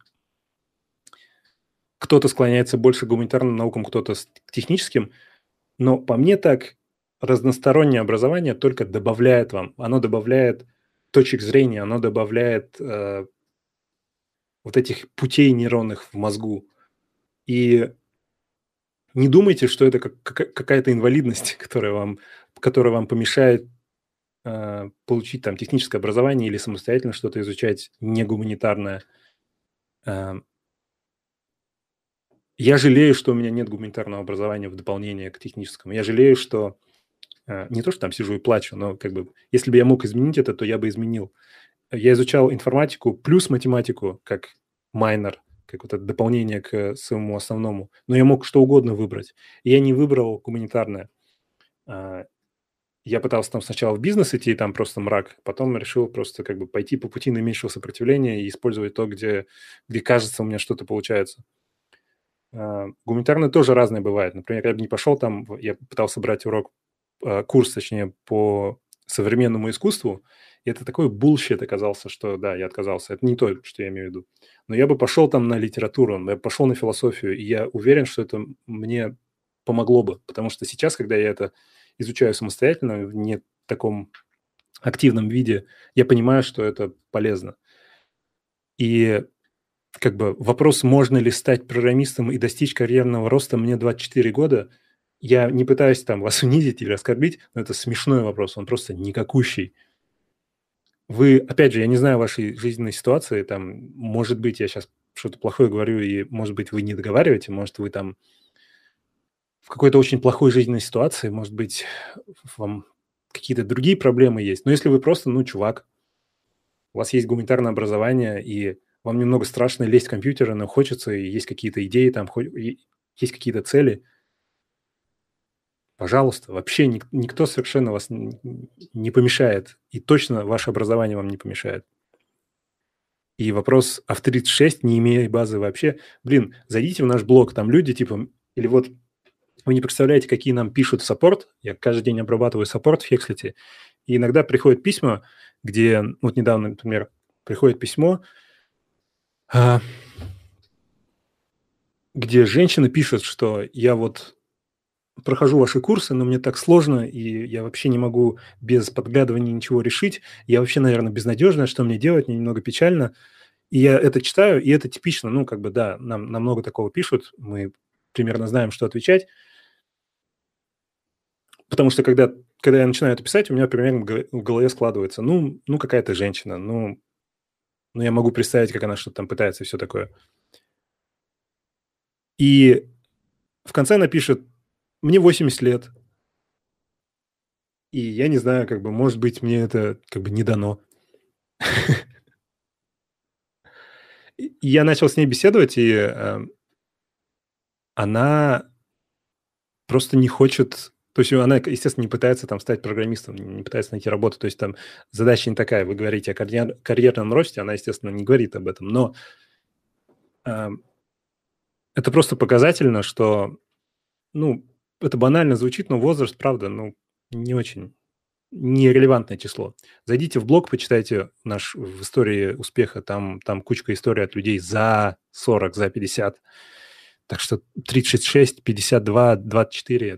кто-то склоняется больше к гуманитарным наукам, кто-то к техническим, но по мне так разностороннее образование только добавляет вам. Оно добавляет точек зрения, оно добавляет вот этих путей нейронных в мозгу. И не думайте, что это какая-то инвалидность, которая вам помешает получить там техническое образование или самостоятельно что-то изучать негуманитарное. Я жалею, что у меня нет гуманитарного образования в дополнение к техническому. Я жалею, что не то, что там сижу и плачу, но как бы если бы я мог изменить это, то я бы изменил. Я изучал информатику плюс математику как майнер, как вот это дополнение к своему основному. Но я мог что угодно выбрать. И я не выбрал гуманитарное. Я пытался там сначала в бизнес идти, и там просто мрак. Потом решил просто как бы пойти по пути наименьшего сопротивления и использовать то, где кажется, у меня что-то получается. Гуманитарное тоже разное бывает. Например, я бы не пошел там, я пытался брать курс, точнее, по современному искусству, и это такой булщит оказался, что да, я отказался. Это не то, что я имею в виду. Но я бы пошел там на литературу, я бы пошел на философию, и я уверен, что это мне помогло бы. Потому что сейчас, когда я это изучаю самостоятельно, в не таком активном виде, я понимаю, что это полезно. И как бы вопрос, можно ли стать программистом и достичь карьерного роста, мне 24 года. Я не пытаюсь там вас унизить или оскорбить, но это смешной вопрос, он просто никакущий. Вы, опять же, я не знаю вашей жизненной ситуации, там, может быть, я сейчас что-то плохое говорю, и, может быть, вы не договариваете, может, вы там в какой-то очень плохой жизненной ситуации, может быть, вам какие-то другие проблемы есть. Но если вы просто, чувак, у вас есть гуманитарное образование, и вам немного страшно лезть в компьютеры, но хочется, и есть какие-то идеи, там, есть какие-то цели, пожалуйста, вообще никто совершенно вас не помешает, и точно ваше образование вам не помешает. И вопрос, а в 36, не имея базы вообще, зайдите в наш блог, там люди типа, или вот вы не представляете, какие нам пишут в саппорт, я каждый день обрабатываю саппорт в Hexlet, и иногда приходят письма, где, вот недавно, например, приходит письмо, где женщина пишет, что я вот прохожу ваши курсы, но мне так сложно, и я вообще не могу без подглядывания ничего решить. Я вообще, наверное, безнадежная, что мне делать, мне немного печально. И я это читаю, и это типично, да, нам много такого пишут, мы примерно знаем, что отвечать. Потому что когда я начинаю это писать, у меня примерно в голове складывается, какая то женщина, я могу представить, как она что-то там пытается и все такое. И в конце она пишет: "Мне 80 лет, и я не знаю, как бы, может быть, мне это как бы не дано". я начал с ней беседовать, и она просто не хочет... То есть она, естественно, не пытается там стать программистом, не пытается найти работу. То есть там задача не такая. Вы говорите о карьерном росте, она, естественно, не говорит об этом. Но это просто показательно, что, ну, это банально звучит, но возраст, правда, ну, не очень, нерелевантное число. Зайдите в блог, почитайте наш в истории успеха, там кучка историй от людей за 40, за 50. Так что 36, 52, 24.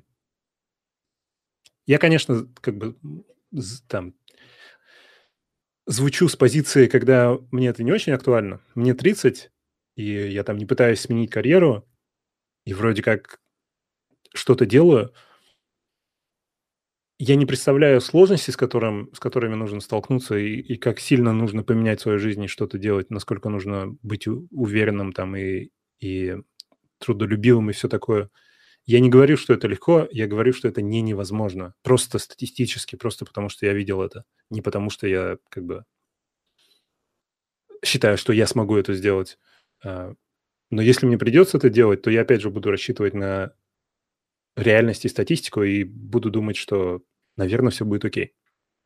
Я, конечно, как бы там звучу с позиции, когда мне это не очень актуально. Мне 30, и я там не пытаюсь сменить карьеру, и вроде как что-то делаю. Я не представляю сложностей, с которыми нужно столкнуться, и как сильно нужно поменять свою жизнь и что-то делать, насколько нужно быть уверенным там и трудолюбивым и все такое. Я не говорю, что это легко, я говорю, что это не невозможно. Просто статистически, просто потому что я видел это. Не потому что я как бы считаю, что я смогу это сделать. Но если мне придется это делать, то я опять же буду рассчитывать на реальность и статистику и буду думать, что, наверное, все будет окей.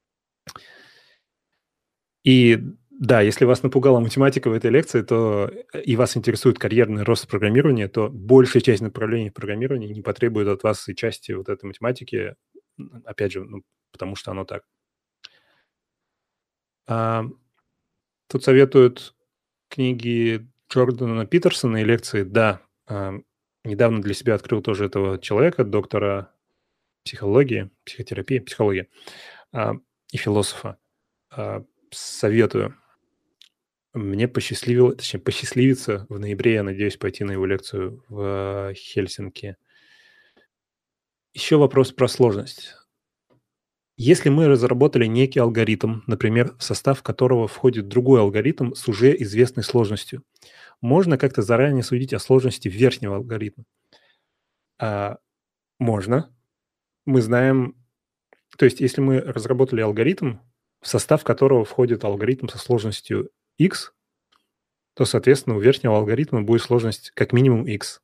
И да, если вас напугала математика в этой лекции, то и вас интересует карьерный рост программирования, то большая часть направлений в программировании не потребует от вас и части вот этой математики, опять же, ну, потому что оно так. Тут советуют книги Джордана Питерсона и лекции. Да, недавно для себя открыл тоже этого человека, доктора психологии, психотерапии, психологии и философа. Советую. Мне посчастливится в ноябре, я надеюсь, пойти на его лекцию в Хельсинки. Еще вопрос про сложность. Если мы разработали некий алгоритм, например, в состав которого входит другой алгоритм с уже известной сложностью, можно как-то заранее судить о сложности верхнего алгоритма? Можно. Мы знаем... То есть, если мы разработали алгоритм, в состав которого входит алгоритм со сложностью x, то, соответственно, у верхнего алгоритма будет сложность как минимум x.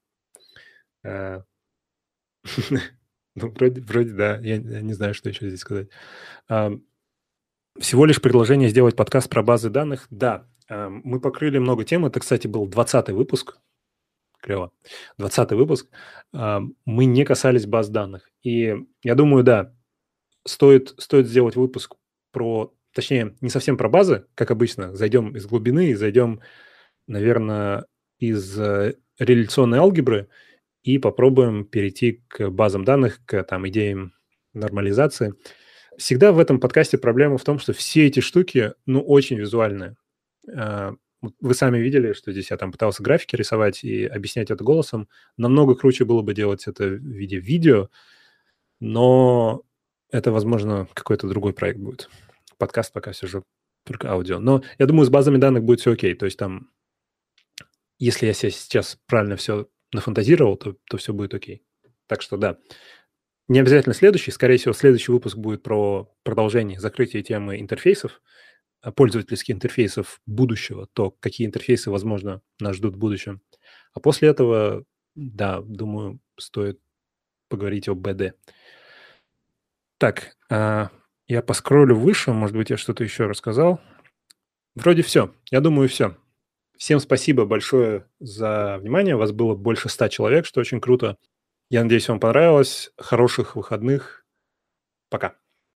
Ну, вроде да. Я не знаю, что еще здесь сказать. Всего лишь предложение сделать подкаст про базы данных. Да, мы покрыли много тем. Это, кстати, был 20-й выпуск. Клево. 20-й выпуск. Мы не касались баз данных. И я думаю, да, стоит сделать выпуск про... Точнее, не совсем про базы, как обычно. Зайдем из глубины, зайдем, наверное, из реляционной алгебры и попробуем перейти к базам данных, к там, идеям нормализации. Всегда в этом подкасте проблема в том, что все эти штуки, ну, очень визуальные. Вы сами видели, что здесь я там пытался графики рисовать и объяснять это голосом. Намного круче было бы делать это в виде видео, но это, возможно, какой-то другой проект будет. Подкаст пока все же только аудио. Но я думаю, с базами данных будет все окей. То есть там, если я себе сейчас правильно все нафантазировал, то все будет окей. Так что да. Не обязательно следующий. Скорее всего, следующий выпуск будет про продолжение, закрытие темы интерфейсов, пользовательских интерфейсов будущего, то, какие интерфейсы, возможно, нас ждут в будущем. А после этого, да, думаю, стоит поговорить о БД. Так, я поскроллю выше, может быть, я что-то еще рассказал. Вроде все. Я думаю, все. Всем спасибо большое за внимание. Вас было больше 100 человек, что очень круто. Я надеюсь, вам понравилось. Хороших выходных. Пока.